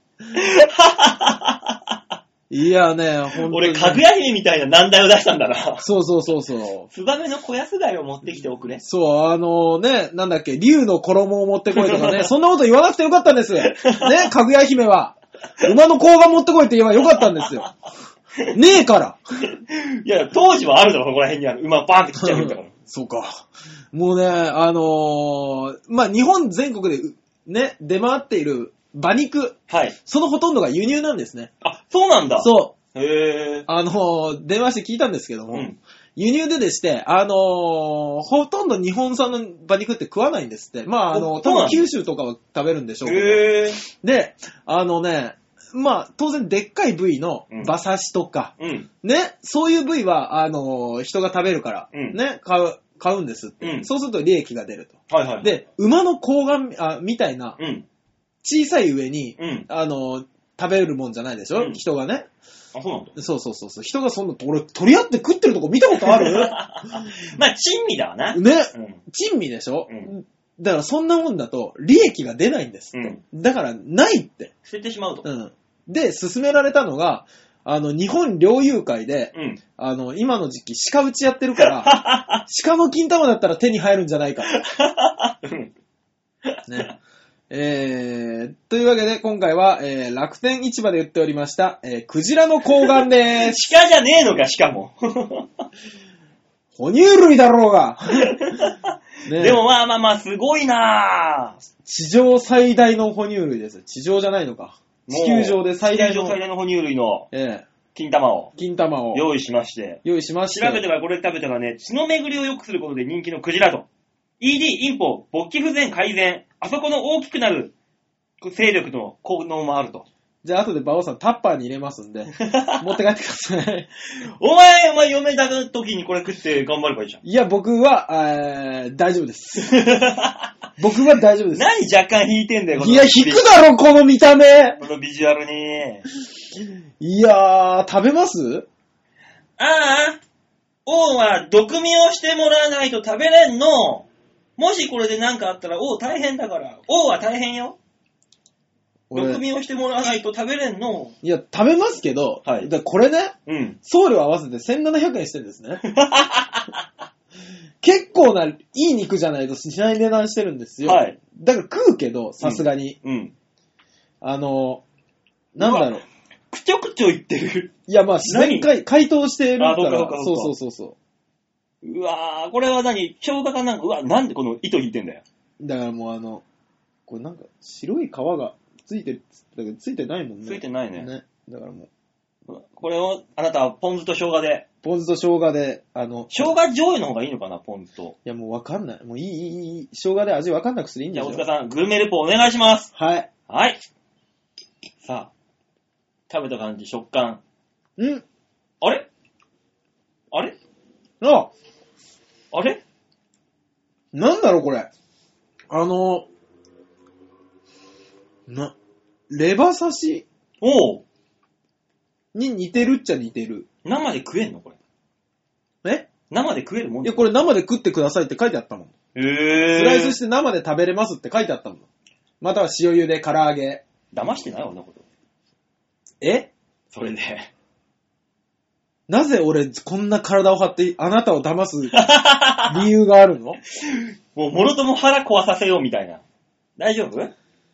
いやね、ほんとに。 俺、かぐや姫みたいな難題を出したんだな。 そうそうそうそう。 ツバメの小安貝を持ってきておくれ。 そう、あのね、なんだっけ、竜の衣を持ってこいとかね、そんなこと言わなくてよかったんです。ね、かぐや姫は。馬の甲が持ってこいって言えばよかったんですよ。ねえから。 いや、当時はあるだろ、ここら辺にある。馬バーンって切っちゃうんだから。 そうか。もうね、あのー、まあ、日本全国でね、出回っている馬肉。はい。そのほとんどが輸入なんですね。 あ、そうなんだ。 そう。 へー。 あのー、電話して聞いたんですけども、うん、輸入ででして、あのー、ほとんど日本産の馬肉って食わないんですって。まあ、あの、多分九州とかは食べるんでしょうけど。へー。で、あのね、まあ、当然、でっかい部位の馬刺しとか、うん、ね、そういう部位は、あのー、人が食べるから、うん、ね、買う、買うんですって、うん。そうすると利益が出ると。はいはいはい、で、馬の睾丸あみたいな、うん、小さい上に、うん、あのー、食べるもんじゃないでしょ、うん、人がね。 あ、そうなんだ。 そうそうそうそう。人がそんな、俺、取り合って食ってるとこ見たことあるまあ、珍味だわな。 ね、うん、珍味でしょ、うんだからそんなもんだと利益が出ないんですって。うん、だからないって。 捨ててしまうと。うん。 で、勧められたのが、あの、日本猟友会で、うん、あの、今の時期鹿打ちやってるから、鹿の金玉だったら手に入るんじゃないかと。ね。えー、というわけで今回は、えー、楽天市場で売っておりました、えー、クジラの睾丸でーす。 鹿じゃねえのか、鹿も。 哺乳類だろうが。 ね、でもまあまあまあ、すごいなぁ。 地上最大の哺乳類です。地上じゃないのか。地球上で最大の。 地球上最大の哺乳類の、ええ、金玉を。 金玉を。 用意しまして。 用意しまして。 調べてからこれ食べたらね、血の巡りを良くすることで人気のクジラと。イーディー、インポ、勃起不全改善。あそこの大きくなる勢力の効能もあると。 じゃあ後で馬王さんタッパーに入れますんで、持って帰ってください。 お前、お前嫁抱く時にこれ食って頑張ればいいじゃん。 いや、僕は、えー、大丈夫です。僕は大丈夫です。 何若干引いてんだよ、この。 いや、引くだろ、この見た目。 このビジュアルに。 いやー、食べます？ ああ、王は毒味をしてもらわないと食べれんの。もしこれで何かあったら王大変だから。王は大変よ。毒味をしてもらわないと食べれんの。 いや、食べますけど、はい、だこれね、うん、送料合わせてせんななひゃくえんしてるんですね。結構ないい肉じゃないとしない値段してるんですよ。はい、だから食うけど、さすがに、うんうん。あの、なんだろう。 くちょくちょ言ってる。 いや、まあ、自然解解凍してるから。そうそうそうそう。 うわー、これは何生姜かなんか、うわ、なんでこの糸引いてんだよ。 だからもうあの、これなんか白い皮が、ついてるだけど、ついてないもんね。 ついてないね。 ね。だからもう。これを、あなたはポン酢と生姜で。 ポン酢と生姜で、あの。 生姜醤油の方がいいのかな、ポン酢と。 いや、もうわかんない。もういい、いい、いい。生姜で味わかんなくするいいんですよ。 じゃあ、大塚さん、グルメレポお願いします。 はい。 はい。さあ、食べた感じ、食感。 んあれあれああれなんだろう、これ。あの、な、レバ刺しおうに似てるっちゃ似てる。 生で食えんのこれ。え生で食えるもん。 いや、これ生で食ってくださいって書いてあったもん。 へー。 スライスして生で食べれますって書いてあったもん。または塩茹で、唐揚げ。 騙してないわなこと。 えそれで。 なぜ俺こんな体を張ってあなたを騙す理由があるの？ もうもろとも腹壊させようみたいな。大丈夫？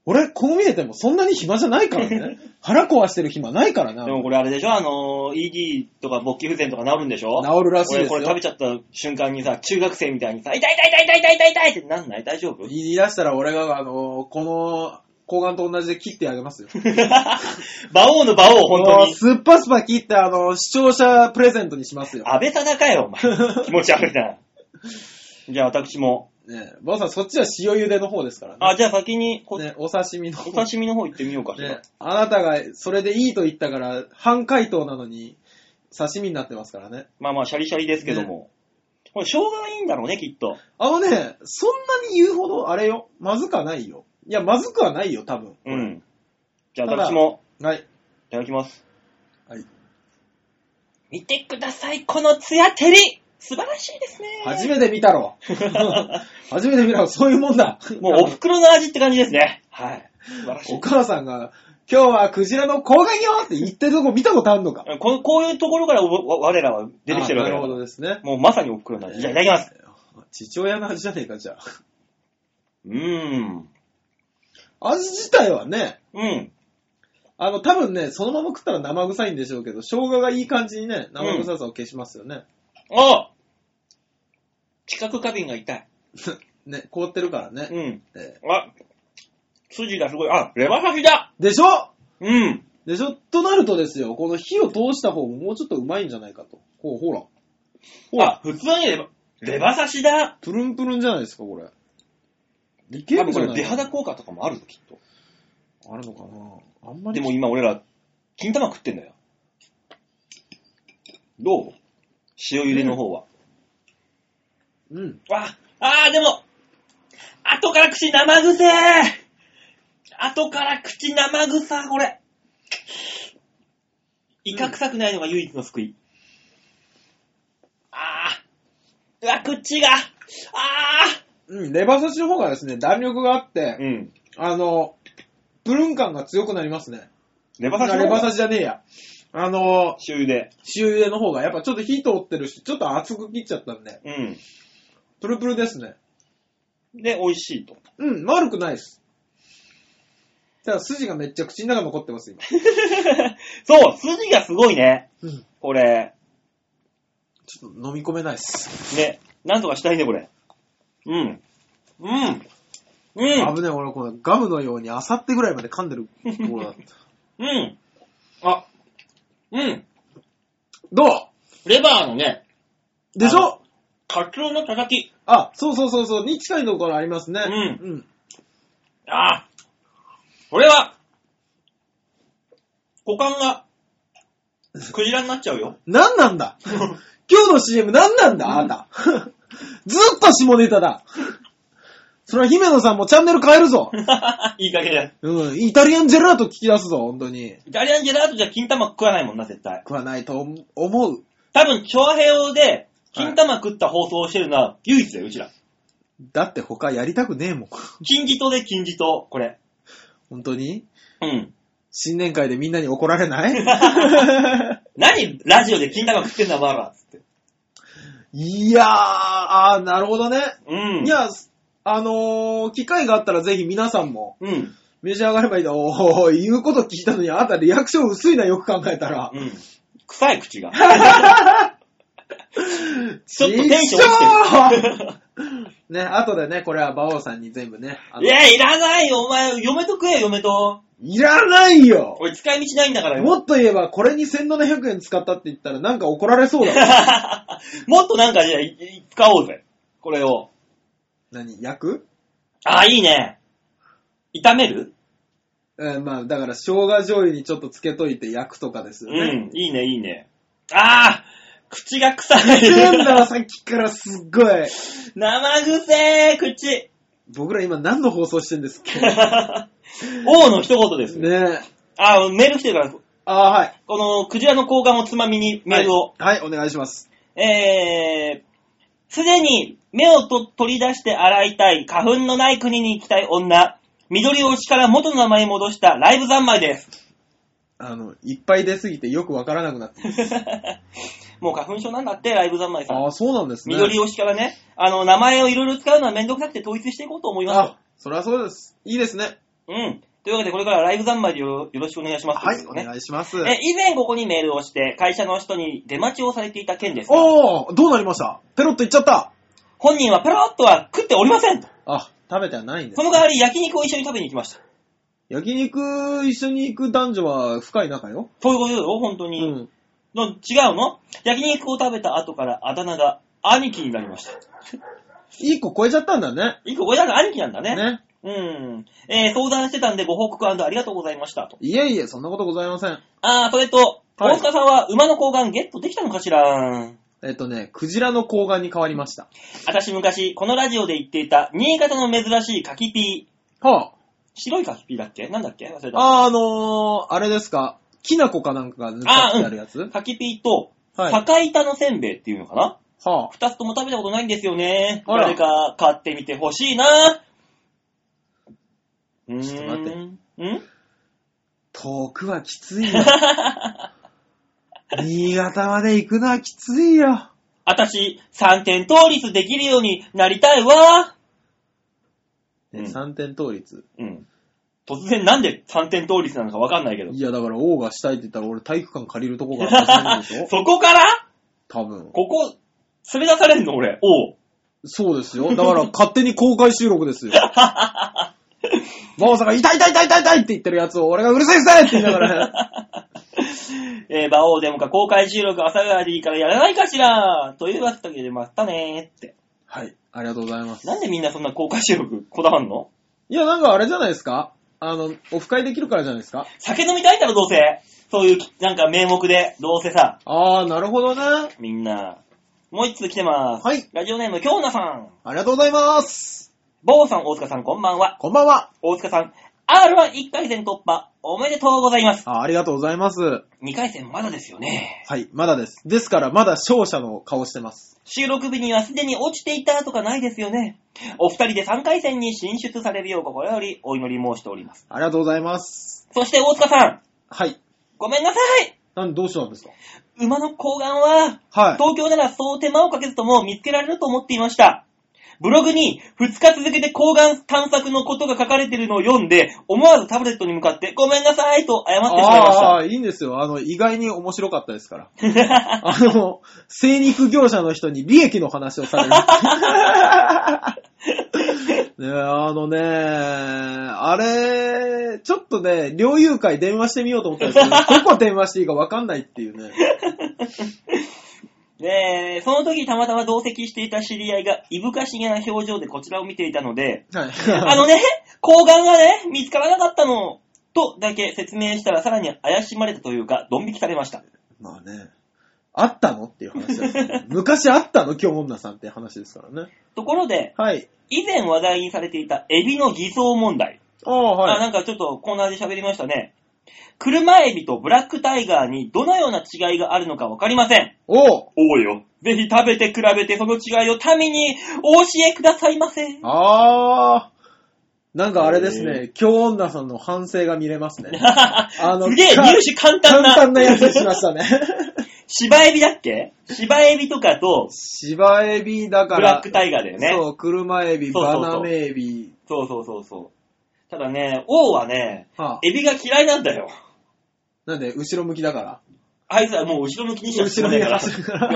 俺、こう見えてもそんなに暇じゃないからね。腹壊してる暇ないからな。 でもこれあれでしょあのー、イーディー とか勃起不全とか治るんでしょ？ 治るらしいですよ。 俺これ食べちゃった瞬間にさ、中学生みたいにさ、痛い痛い痛い痛い痛い痛い痛いってなんない？大丈夫？ 言い出したら俺が、あのー、この、睾丸と同じで切ってあげますよ。 馬王の馬王、本当に。 スッパスパ切って、あの、視聴者プレゼントにしますよ。 安倍貞かよ、お前。気持ち悪いな。じゃあ私も。 ねえ、バオさん、そっちは塩茹での方ですからね。 あ、じゃあ先にこ、 ね、お刺身の方。 お刺身の方行ってみようかしら。 ね、あなたがそれでいいと言ったから、半解凍なのに、刺身になってますからね。 まあまあ、シャリシャリですけども。ね、これ、生姜がいいんだろうね、きっと。 あのね、そんなに言うほど、あれよ、まずくはないよ。いや、まずくはないよ、多分。 うん。じゃあ私も。 はい。 いただきます。 はい。 見てください、このツヤ照り素晴らしいですね。 初めて見たろ。初めて見たろ、そういうもんだ。 もうお袋の味って感じですね。はい。素晴らしい。 お母さんが、今日はクジラの甲賀よって言ってるとこ見たことあるのか。 ここういうところから我らは出てきてるわけだ。 なるほどですね。 もうまさにお袋の味。じゃあいただきます。 父親の味じゃねえか、じゃあ。 うーん。 味自体はね、 うん。 あの、多分ね、そのまま食ったら生臭いんでしょうけど、生姜がいい感じにね、生臭さを消しますよね。 うん、あ知覚過敏が痛い。 ね、凍ってるからね。 うん。 えー、あ、筋がすごい。あ、レバ刺しだでしょうん。 でしょとなるとですよ、この火を通した方ももうちょっとうまいんじゃないかと。ほう、ほら。 ほら、普通にレバ、レバ刺しだ。 プルンプルンじゃないですか、これ。いけるんじゃない？ これ美肌効果とかもあるぞ、きっと。 あるのかな？あんまり。 でも今俺ら、金玉食ってんだよ。どう？塩茹での方は。 うん。 わ、あーでも、後から口生臭ー。後から口生臭、これ。イカ臭くないのが唯一の救い。あー。うわ、口が。あー。うん、レバ刺しの方がですね、弾力があって、 ー。うん。 あの、プルン感が強くなりますね。 レバ刺しレバ刺しじゃねえや。あの、 塩茹で。 塩茹での方がやっぱちょっと火通ってるし、ちょっと厚く切っちゃったんで。 うん。 プルプルですね。 で、美味しいと。 うん、悪くないです。ただ筋がめっちゃ口の中残ってます、今。 そう、筋がすごいね。 うん。 これ。 ちょっと飲み込めないっす。 ね、なんとかしたいね、これ。うん。うん。うん。 危ねえ、俺このガムのようにあさってぐらいまで噛んでるところだった。 うん。あ、うん。 どうレバーのね。 でしょ？ カツオのたたき。 あ、そうそうそうそう、に近いところありますね。 うん。 うん。 ああ。これは、股間が、クジラになっちゃうよ。 なんなんだ今日の シーエム なんなんだあなた。ずっと下ネタだ。それは姫野さんもチャンネル変えるぞ。 いい加減だ。 うん、イタリアンジェラート聞き出すぞ、本当に。 イタリアンジェラートじゃ金玉食わないもんな、絶対。 食わないと思う。 多分、チョアヘオで、金玉食った放送をしてるのは唯一だよ、うちら。 だって他やりたくねえもん。 金字塔で金字塔、これ。 本当に？ うん。 新年会でみんなに怒られない？ 何ラジオで金玉食ってんだ、バーラつって。 いやー、あー、なるほどね。 うん。 いや、あのー、機会があったらぜひ皆さんも、 うん。 召し上がればいいだ。おー、言うこと聞いたのに、あなたリアクション薄いな、よく考えたら。 うん。臭い口が。ちょっとテンション落ちてる。 ね、後でね、これは馬王さんに全部ね。 いや、いらないよ、お前、嫁と食え、嫁と。 いらないよ。 俺使い道ないんだからよ。 もっと言えば、これにせんななひゃくえん使ったって言ったらなんか怒られそうだもっとなんかじゃあ、使おうぜ。これを。 何焼く？ あ、いいね。炒める？ えー、まあ、だから、生姜醤油にちょっとつけといて焼くとかですよね。 うん、いいね、いいね。あー、口が臭い。 臭いんだ、さっきからすっごい。 生臭い、口。 僕ら今何の放送してんですっけ？ 王の一言ですね。 ねえ。 あ、メール来てるから。 あ、はい。 この、クジラの睾丸をつまみにメールを。 はい、はい、お願いします。 えー、すでに目をと取り出して洗いたい、花粉のない国に行きたい女、緑推しから元の名前に戻したライブ三昧です。 あの、いっぱい出すぎてよくわからなくなってます。 もう花粉症なんだって、ライブ三昧さん。 ああ、そうなんですね。 緑推しからね、あの、名前をいろいろ使うのはめんどくさくて統一していこうと思います。 あ、それはそうです。いいですね。 うん。というわけで、これからライブ三昧でよろしくお願いします。 はい、お願いします。 え、以前ここにメールをして、会社の人に出待ちをされていた件ですが。 おー、どうなりました？ペロッといっちゃった。 本人はペロッとは食っておりませんと。 あ、食べてはないんです。 その代わり焼肉を一緒に食べに行きました。 焼肉一緒に行く男女は深い仲よ。 そういうことよ、本当に。うん。の違うの？焼肉を食べた後からあだ名が兄貴になりました。 いっこ超えちゃったんだね。 いっこ超えたら兄貴なんだね。 ね。 うん。えー、相談してたんでご報告&ありがとうございましたと。 いえいえ、そんなことございません。 あー、それと、 はい、 大塚さんは馬の睾丸ゲットできたのかしら？ えっとね、クジラの睾丸に変わりました。 私昔、このラジオで言っていた、新潟の珍しい柿ピー。 はぁ、あ。 白い柿ピーだっけ？なんだっけ？忘れた。 あー、あのー、あれですか。きな粉かなんかが塗ってあるやつ？ うん、柿ピーと、 はい、 坂板のせんべいっていうのかな？ はぁ、あ。 二つとも食べたことないんですよね。誰か買ってみてほしいな。うーん。 ちょっと待って。 ん？ 遠くはきついよ。新潟まで行くのはきついよ。 あたし、三点倒立できるようになりたいわ。 ね、うん、三点倒立。 うん。突然なんで三点倒立なのかわかんないけど。 いや、だから王がしたいって言ったら俺体育館借りるとこから始めるでしょ。 そこから多分。 ここ、連れ出されんの俺、王。 そうですよ。だから勝手に公開収録ですよ。馬王さんが痛い痛い痛い痛い痛いって言ってるやつを俺がうるせえうるせえって言いながらね。 えー、馬王でもか公開収録朝がでいいからやらないかしらというわけでまたねーって。 はい、ありがとうございます。 なんでみんなそんな公開収録こだわんの？ いや、なんかあれじゃないですか？あの、オフ会できるからじゃないですか？ 酒飲みたいからどうせ。そういう、なんか名目で、どうせさ。 あー、なるほどね。 みんな。もう一つ来てます。 はい。 ラジオネーム、京奈さん。 ありがとうございます。 坊さん、大塚さん、こんばんは。 こんばんは。 大塚さん、アールワンいっ 回戦突破、おめでとうございます。 あ、ありがとうございます。 にかい戦まだですよね。 はい、まだです。ですから、まだ勝者の顔してます。 収録日にはすでに落ちていたとかないですよね。お二人でさんかい戦に進出されるよう心よりお祈り申しております。 ありがとうございます。 そして大塚さん。 はい。 ごめんなさい。 なんでどうしたんですか？ 馬の睾丸は、 はい、 東京ならそう手間をかけずとも見つけられると思っていました。ブログにふつか続けて睾丸探索のことが書かれているのを読んで、思わずタブレットに向かってごめんなさいと謝ってしまいました。 ああ、いいんですよ。あの、意外に面白かったですから。あの、精肉業者の人に利益の話をされる。ね、あのね、あれ、ちょっとね、猟友会電話してみようと思ったんですけど、どこ電話していいか分かんないっていうね。 で、その時たまたま同席していた知り合いがいぶかしげな表情でこちらを見ていたので、はい、あのね、睾丸がね、見つからなかったの、とだけ説明したらさらに怪しまれたというか、ドン引きされました。 まあね、あったのっていう話です、ね。昔あったの京女さんっていう話ですからね。 ところで、 はい、 以前話題にされていたエビの偽装問題。 ああ、はい。 あ、なんかちょっとコーナーで喋りましたね。車エビとブラックタイガーにどのような違いがあるのかわかりません。 おう。 おうよ。ぜひ食べて比べてその違いを民にお教えくださいませ。 あー。なんかあれですね。京女さんの反省が見れますね。あの、 すげえ入手簡単な。 簡単なやつにしましたね。 芝エビだっけ？芝エビとかと、 芝エビだから。 ブラックタイガーだよね。 そう、車エビ、 そうそうそうバナメエビ。 そうそうそうそう。ただね、王はね、はあ、エビが嫌いなんだよ。 なんで、後ろ向きだから。 あいつはもう後ろ向きにしか進まないから。後ろ向きから。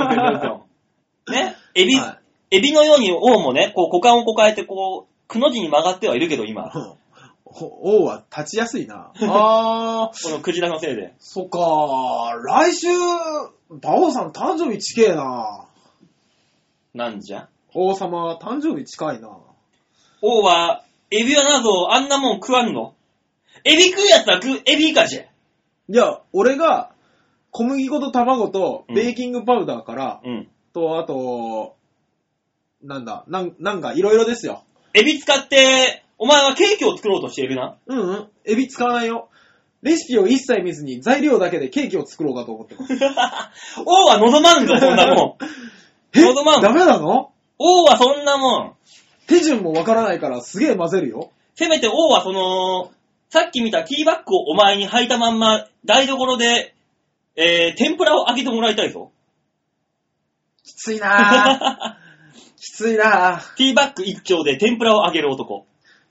ね、エビ、 はい、 エビのように王もね、こう股間を抱えてこう、くの字に曲がってはいるけど今。 王は立ちやすいな。あー。このクジラのせいで。 そっかー。来週、馬王さん誕生日近えな。 なんじゃ？ 王様、誕生日近いな。 王は、エビはなぞ、あんなもん食わんの？エビ食うやつは食う、エビ以下じゃ。 いや、俺が、小麦粉と卵と、ベーキングパウダーから、うん、と、あと、なんだ、なん、なんか、いろいろですよ。 エビ使って、お前はケーキを作ろうとしているな。 うんうん、エビ使わないよ。レシピを一切見ずに、材料だけでケーキを作ろうかと思ってます。 王は望まんぞ、そんなもん。 え、望まん。ダメなの？ 王はそんなもん。 手順もわからないから、すげえ混ぜるよ。 せめて王はその、さっき見たティーバッグをお前に履いたまんま、台所で、えー、天ぷらを揚げてもらいたいぞ。 きついなぁ。きついなぁ。 ティーバッグ一丁で天ぷらを揚げる男。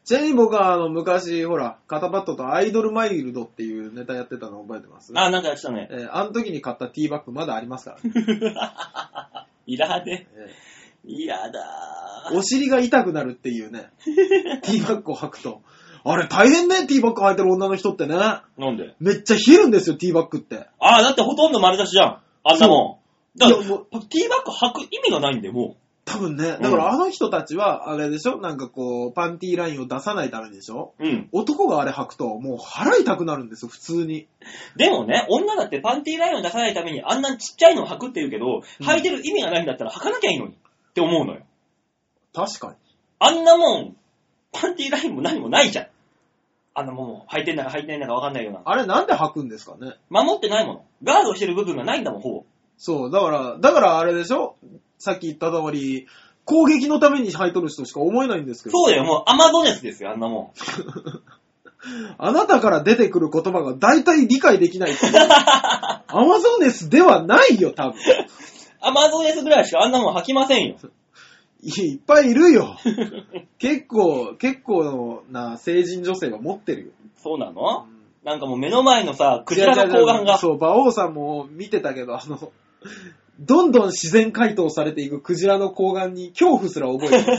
ちなみに僕はあの昔、ほら、肩パッドとアイドルマイルドっていうネタやってたの覚えてます？ あ、なんかやってたね。 えー、あの時に買ったティーバッグまだありますからね。 いらね。 えいやだー、お尻が痛くなるっていうね、ティーバッグを履くと。あれ大変ね、ティーバッグ履いてる女の人ってね。 なんで？ めっちゃ冷えるんですよ、ティーバッグって。 ああ、だってほとんど丸出しじゃん。あんなもん。だから、 いやもうティーバッグ履く意味がないんだよ、もう。 多分ね、だからあの人たちは、あれでしょ、なんかこう、パンティーラインを出さないためでしょ。 うん。 男があれ履くと、もう腹痛くなるんですよ、普通に。 でもね、女だってパンティーラインを出さないためにあんなちっちゃいのを履くって言うけど、 うん、 履いてる意味がないんだったら履かなきゃいいのにって思うのよ。 確かに。 あんなもん、パンティーラインも何もないじゃん。あんなもん、履いてんだか履いてないんだか分かんないような。 あれなんで履くんですかね。 守ってないもの。ガードしてる部分がないんだもん、ほぼ。 そう、だから、だからあれでしょ、さっき言った通り、攻撃のために履いとる人しか思えないんですけど。 そうだよ、もうアマゾネスですよ、あんなもん。 あなたから出てくる言葉が大体理解できないっていう。アマゾネスではないよ、多分。 アマゾネスぐらいしかあんなもん履きませんよ。 い, いっぱいいるよ。結構、結構な成人女性が持ってるよ。 そうなの、うん、なんかもう目の前のさ、クジラの睾丸が。 そう、馬王さんも見てたけど、あの、どんどん自然解凍されていくクジラの睾丸に恐怖すら覚えてる。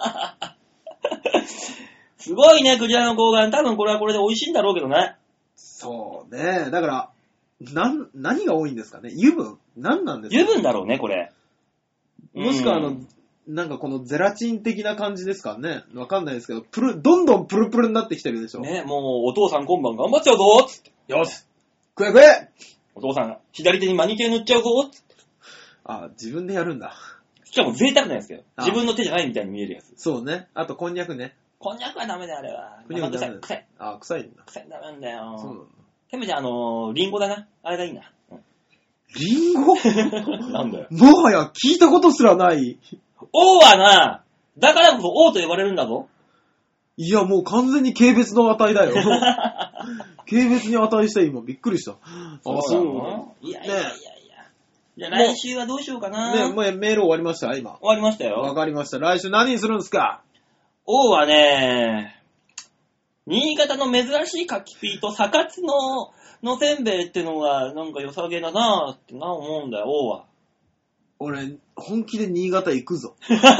すごいね、クジラの睾丸。多分これはこれで美味しいんだろうけどね。 そうね。だから、なん、何が多いんですかね。油分何なんですか、 油分だろうね、これ。 もしくはあの、なんかこのゼラチン的な感じですかね。わかんないですけど、プル、どんどんプルプルになってきてるでしょ。 ね、もうお父さん今晩頑張っちゃうぞつって。よし。 食え食えお父さん、左手にマニキュア塗っちゃうぞつって。 あ、自分でやるんだ。 しかも贅沢なやつだよ。自分の手じゃないみたいに見えるやつ。 そうね。あと、こんにゃくね。 こんにゃくはダメだよ、あれは。 こんにゃくダメだ。 臭い。 あ、臭いんだ。 臭いダメなんだよ。 そうなんだ。 せめてあのー、リンゴだな。あれがいいな。うん、 リンゴなんだよ。 もはや聞いたことすらない。 王はな、だからこそ王と呼ばれるんだぞ。 いや、もう完全に軽蔑の値だよ。軽蔑に値した今、びっくりした。あ、 そうなの？いやいやいやいや。ね、じゃあ来週はどうしようかな。 ね、もうメール終わりました今。 終わりましたよ。 わかりました。来週何にするんですか？ 王はね、新潟の珍しい柿ピーとサカツののせんべいってのがなんか良さげだなーってな思うんだよ、王は。 俺、本気で新潟行くぞ。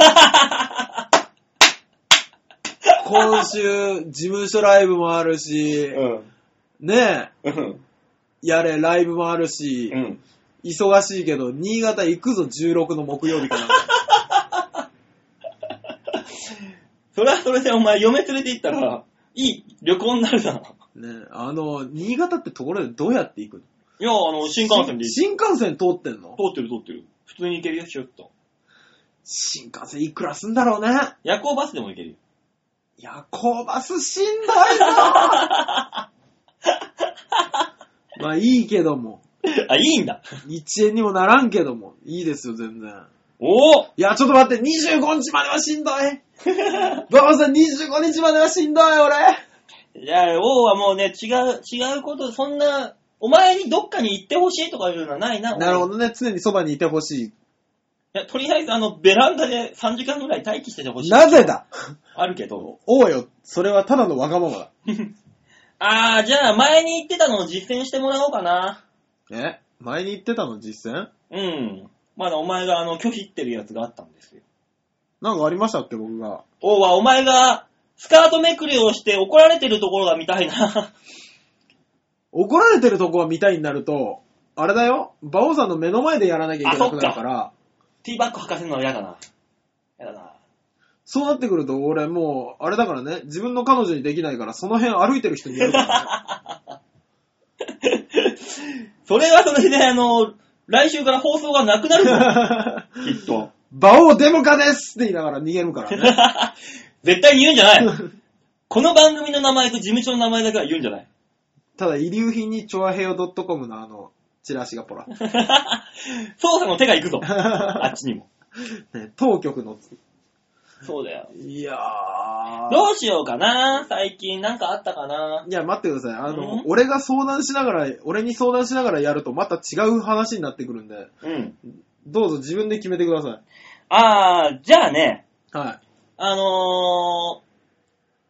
今週、事務所ライブもあるし、うん、ねえ、うん、やれ、ライブもあるし、うん、忙しいけど、新潟行くぞ、じゅうろくの木曜日かなんか。 それはそれでお前、嫁連れて行ったら、いい旅行になるな。 ねえ、あの、新潟ってところでどうやって行くの？ いや、あの、新幹線で行く。 新幹線通ってんの？ 通ってる通ってる。普通に行けるよ、シュッと。 新幹線いくらすんだろうね。 夜行バスでも行けるよ。 夜行バスしんどいぞまあいいけども。 あ、いいんだ。 いちえんにもならんけども。いいですよ、全然。 おお！ いや、ちょっと待って、にじゅうごにちまではしんどい。ババさん、にじゅうごにちまではしんどい、俺。 いや、王はもうね、違う、違うこと、そんな、お前にどっかに行ってほしいとかいうのはないな。 なるほどね、常にそばにいてほしい。 いや、とりあえずあの、ベランダでさんじかんぐらい待機しててほしい。 なぜだ？ あるけど。 おうよ、それはただのわがままだ。 あー、じゃあ前に言ってたのを実践してもらおうかな。 え？前に言ってたの実践？ うん。まだお前があの、拒否ってるやつがあったんですよ。 なんかありましたっけ、僕が。 王はお前が、スカートめくりをして怒られてるところが見たいな。 怒られてるとこが見たいになると、あれだよ、馬王さんの目の前でやらなきゃいけなくなるから。 ティーバッグ履かせるのは嫌だな。嫌だな。 そうなってくると、俺もう、あれだからね、自分の彼女にできないから、その辺歩いてる人にやるからね。それはそれで、あの、来週から放送がなくなるぞ。きっと。 馬王デモカですって言いながら逃げるからね。 絶対に言うんじゃない。この番組の名前と事務所の名前だけは言うんじゃない。 ただ、遺留品にチョアヘヨ .com のあの、チラシがポラ。 操作の手が行くぞ。あっちにも。 ね、当局の。 そうだよ。 いやー。 どうしようかな。最近なんかあったかな。 いや、待ってください。あの、俺が相談しながら、俺に相談しながらやるとまた違う話になってくるんで。 うん。 どうぞ自分で決めてください。 あー、じゃあね。 はい。 あのー、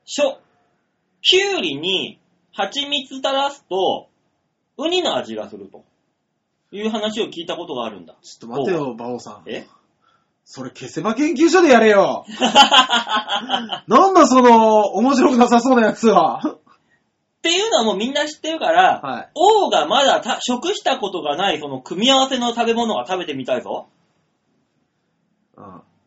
しょ、きゅうりに蜂蜜垂らすと、ウニの味がするという話を聞いたことがあるんだ。 ちょっと待てよ、バオさん。 えそれ消せば研究所でやれよ。なんだその、面白くなさそうなやつは。 っていうのはもうみんな知ってるから、はい、王がまだた食したことがないその組み合わせの食べ物が食べてみたいぞ。うん。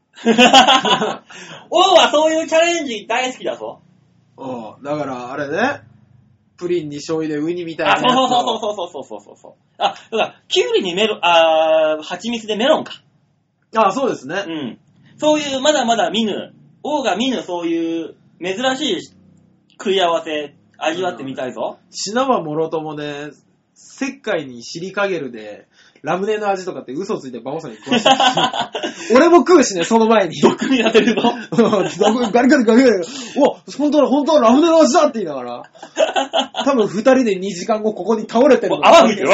王はそういうチャレンジ大好きだぞ。 おう、だからあれね、プリンに醤油でウニみたいなやつ。 あ、そうそうそうそうそうそうそうそう。あ、だからキュウリにメロン、あー、蜂蜜でメロンか。 あ、そうですね。 うん。そういうまだまだ見ぬ、王が見ぬそういう珍しい食い合わせ味わってみたいぞ。 品はもろともね、石灰に尻かげるで、ラムネの味とかって嘘ついてバオさんに食わせた。俺も食うしね、その前に。 毒になってるぞ。 ガリガリガリガリ。お、本当だ、本当だ、ラムネの味だって言いながら。多分二人でにじかんごここに倒れてるの。 泡吹いてる。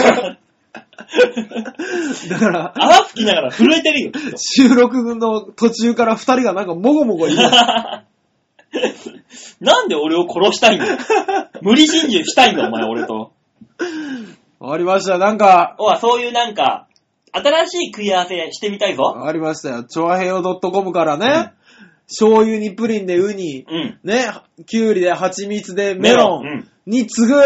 だから、 泡吹きながら震えてるよ。 収録の途中から二人がなんかもごもごいる。 なんで俺を殺したいんだよ。無理心中したいんだ、お前、俺と。 わかりました、なんか。 おい、そういうなんか、新しい食い合わせしてみたいぞ。 わかりましたよ。チョアヘヨ .com からね、うん、醤油にプリンでウニ、うん、ね、キュウリで蜂蜜でメロンに次ぐ、うん、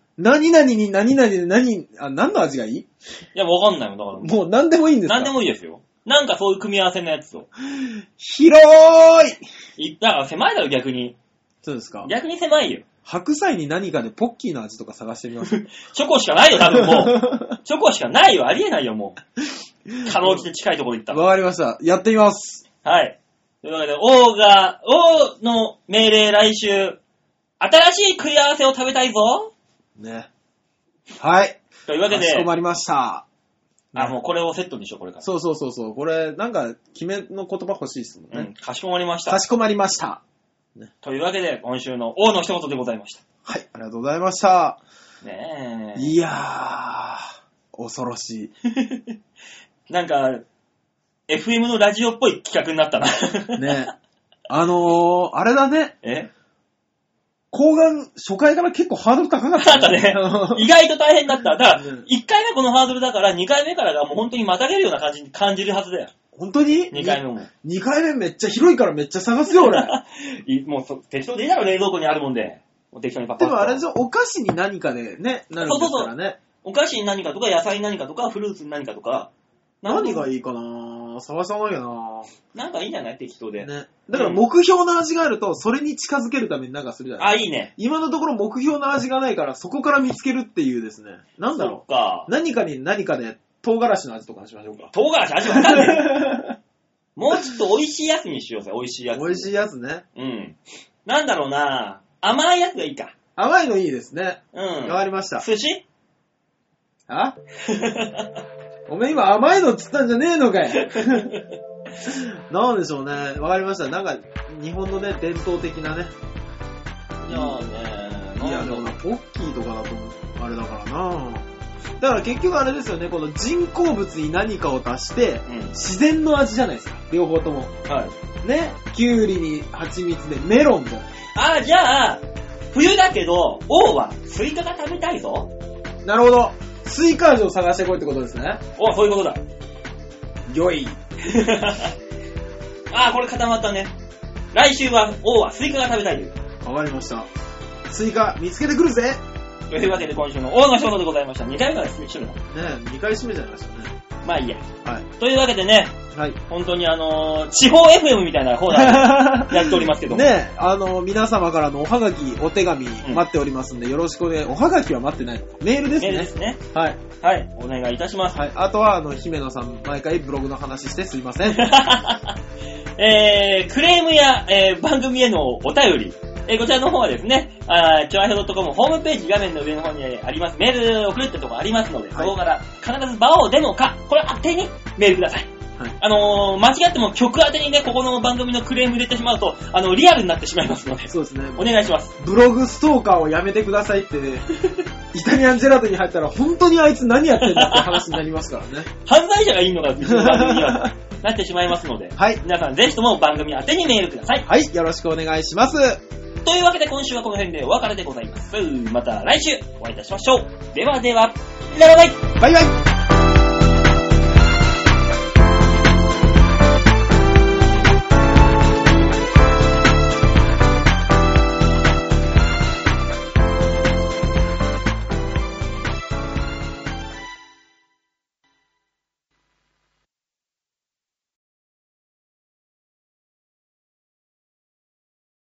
何々に何々で何、あ、何の味がいい？いや、わかんないもん、だから。 もう何でもいいんですか？ 何でもいいですよ。なんかそういう組み合わせのやつを。 広い！ だから狭いだろ、逆に。 そうですか。 逆に狭いよ。 白菜に何かでポッキーの味とか探してみます。 チョコしかないよ、多分もう。チョコしかないよ、ありえないよ、もう。可能性近いところに行った。 わかりました。やってみます。 はい。というわけで、王が、王の命令来週、新しい食い合わせを食べたいぞ。 ね。はい。 というわけで。 かしこまりました。 あ、もうこれをセットにしよう、これから。 そうそうそうそう。これ、なんか、決めの言葉欲しいですもんね。 うん、かしこまりました。 かしこまりました。 ね、というわけで、今週の王の一言でございました。 はい、ありがとうございました。 ねえ。 いやー、恐ろしい。 なんか、エフエム のラジオっぽい企画になったな。ねえ。あのー、あれだね。 え後半、初回から結構ハードル高かったね。 ね意外と大変だった。だから、いっかいめこのハードルだから、にかいめからがもう本当にまたげるような感じに感じるはずだよ。 本当に ? に 回目も。 にかいめめっちゃ広いからめっちゃ探すよ、俺。 もうそ適当でいいだろ、冷蔵庫にあるもんで。もう適当にパッパッ。 でもあれでしょ、お菓子に何かでね、なるんですからね。そうそうそう。 お菓子に何かとか、野菜に何かとか、フルーツに何かとか。 何がいいかな探さなきゃななんかいいんじゃない適当で。 ね。だから目標の味があると、それに近づけるためになんかするじゃないですか。 あ、いいね。 今のところ目標の味がないから、そこから見つけるっていうですね。なんだろう。 そっか。 何かに何かで、唐辛子の味とかにしましょうか。 唐辛子味わかんないもうちょっと美味しいやつにしようぜ、美味しいやつ。 美味しいやつね。 うん。なんだろうな甘いやつがいいか。 甘いのいいですね。 うん。 変わりました。 寿司あおめえ今甘いのっつったんじゃねえのかいなんでしょうね。わかりました。なんか、日本のね、伝統的なね。 じゃあねいや、でもな、ポッキーとかだと、あれだからなだから結局あれですよね、この人工物に何かを足して、うん、自然の味じゃないですか。両方とも。 はい。 ね。キュウリに蜂蜜でメロンじゃない。 ああ、じゃあ、冬だけど、王はスイカが食べたいぞ。 なるほど。スイカ味を探してこいってことですね。 お、そういうことだ。 よい。 ああ、これ固まったね。来週は王はスイカが食べたいという。 わかりました。スイカ見つけてくるぜ。 というわけで今週の王の一言でございました。にかいめから締めた。ねえ、にかい締めちゃいましたね。 まあいいや。 はい。 というわけでね、 はい。 本当にあのー、地方 エフエム みたいなコーナーやっておりますけども。 ねえ、あのー、皆様からのおはがき、お手紙待っておりますんで、うん、よろしくお願い。おはがきは待ってない。メールですね。 メールですね。 はい。 はい。お願いいたします。 はい。あとは、あの、姫野さん、毎回ブログの話してすいません。 えー、クレームや、えー、番組へのお便り、えー、こちらの方はですね、あー、チョアヘドットコムホームページ画面の上の方にあります、メール送るってとこありますので、はい、そこから必ず場をデモか、これ当てにメールください。はい、あのー、間違っても曲当てにね、ここの番組のクレーム入れてしまうと、あの、リアルになってしまいますので。 そうですね。 お願いします。 ブログストーカーをやめてくださいって、ね、イタリアンジェラートに入ったら、本当にあいつ何やってんだって話になりますからね。 犯罪者がいいのか、うちの番組には。なってしまいますので。 はい。 皆さんぜひとも番組宛てにメールください。 はい。よろしくお願いします。 というわけで今週はこの辺でお別れでございます。また来週お会いいたしましょう。ではでは、ララバイバイバイ。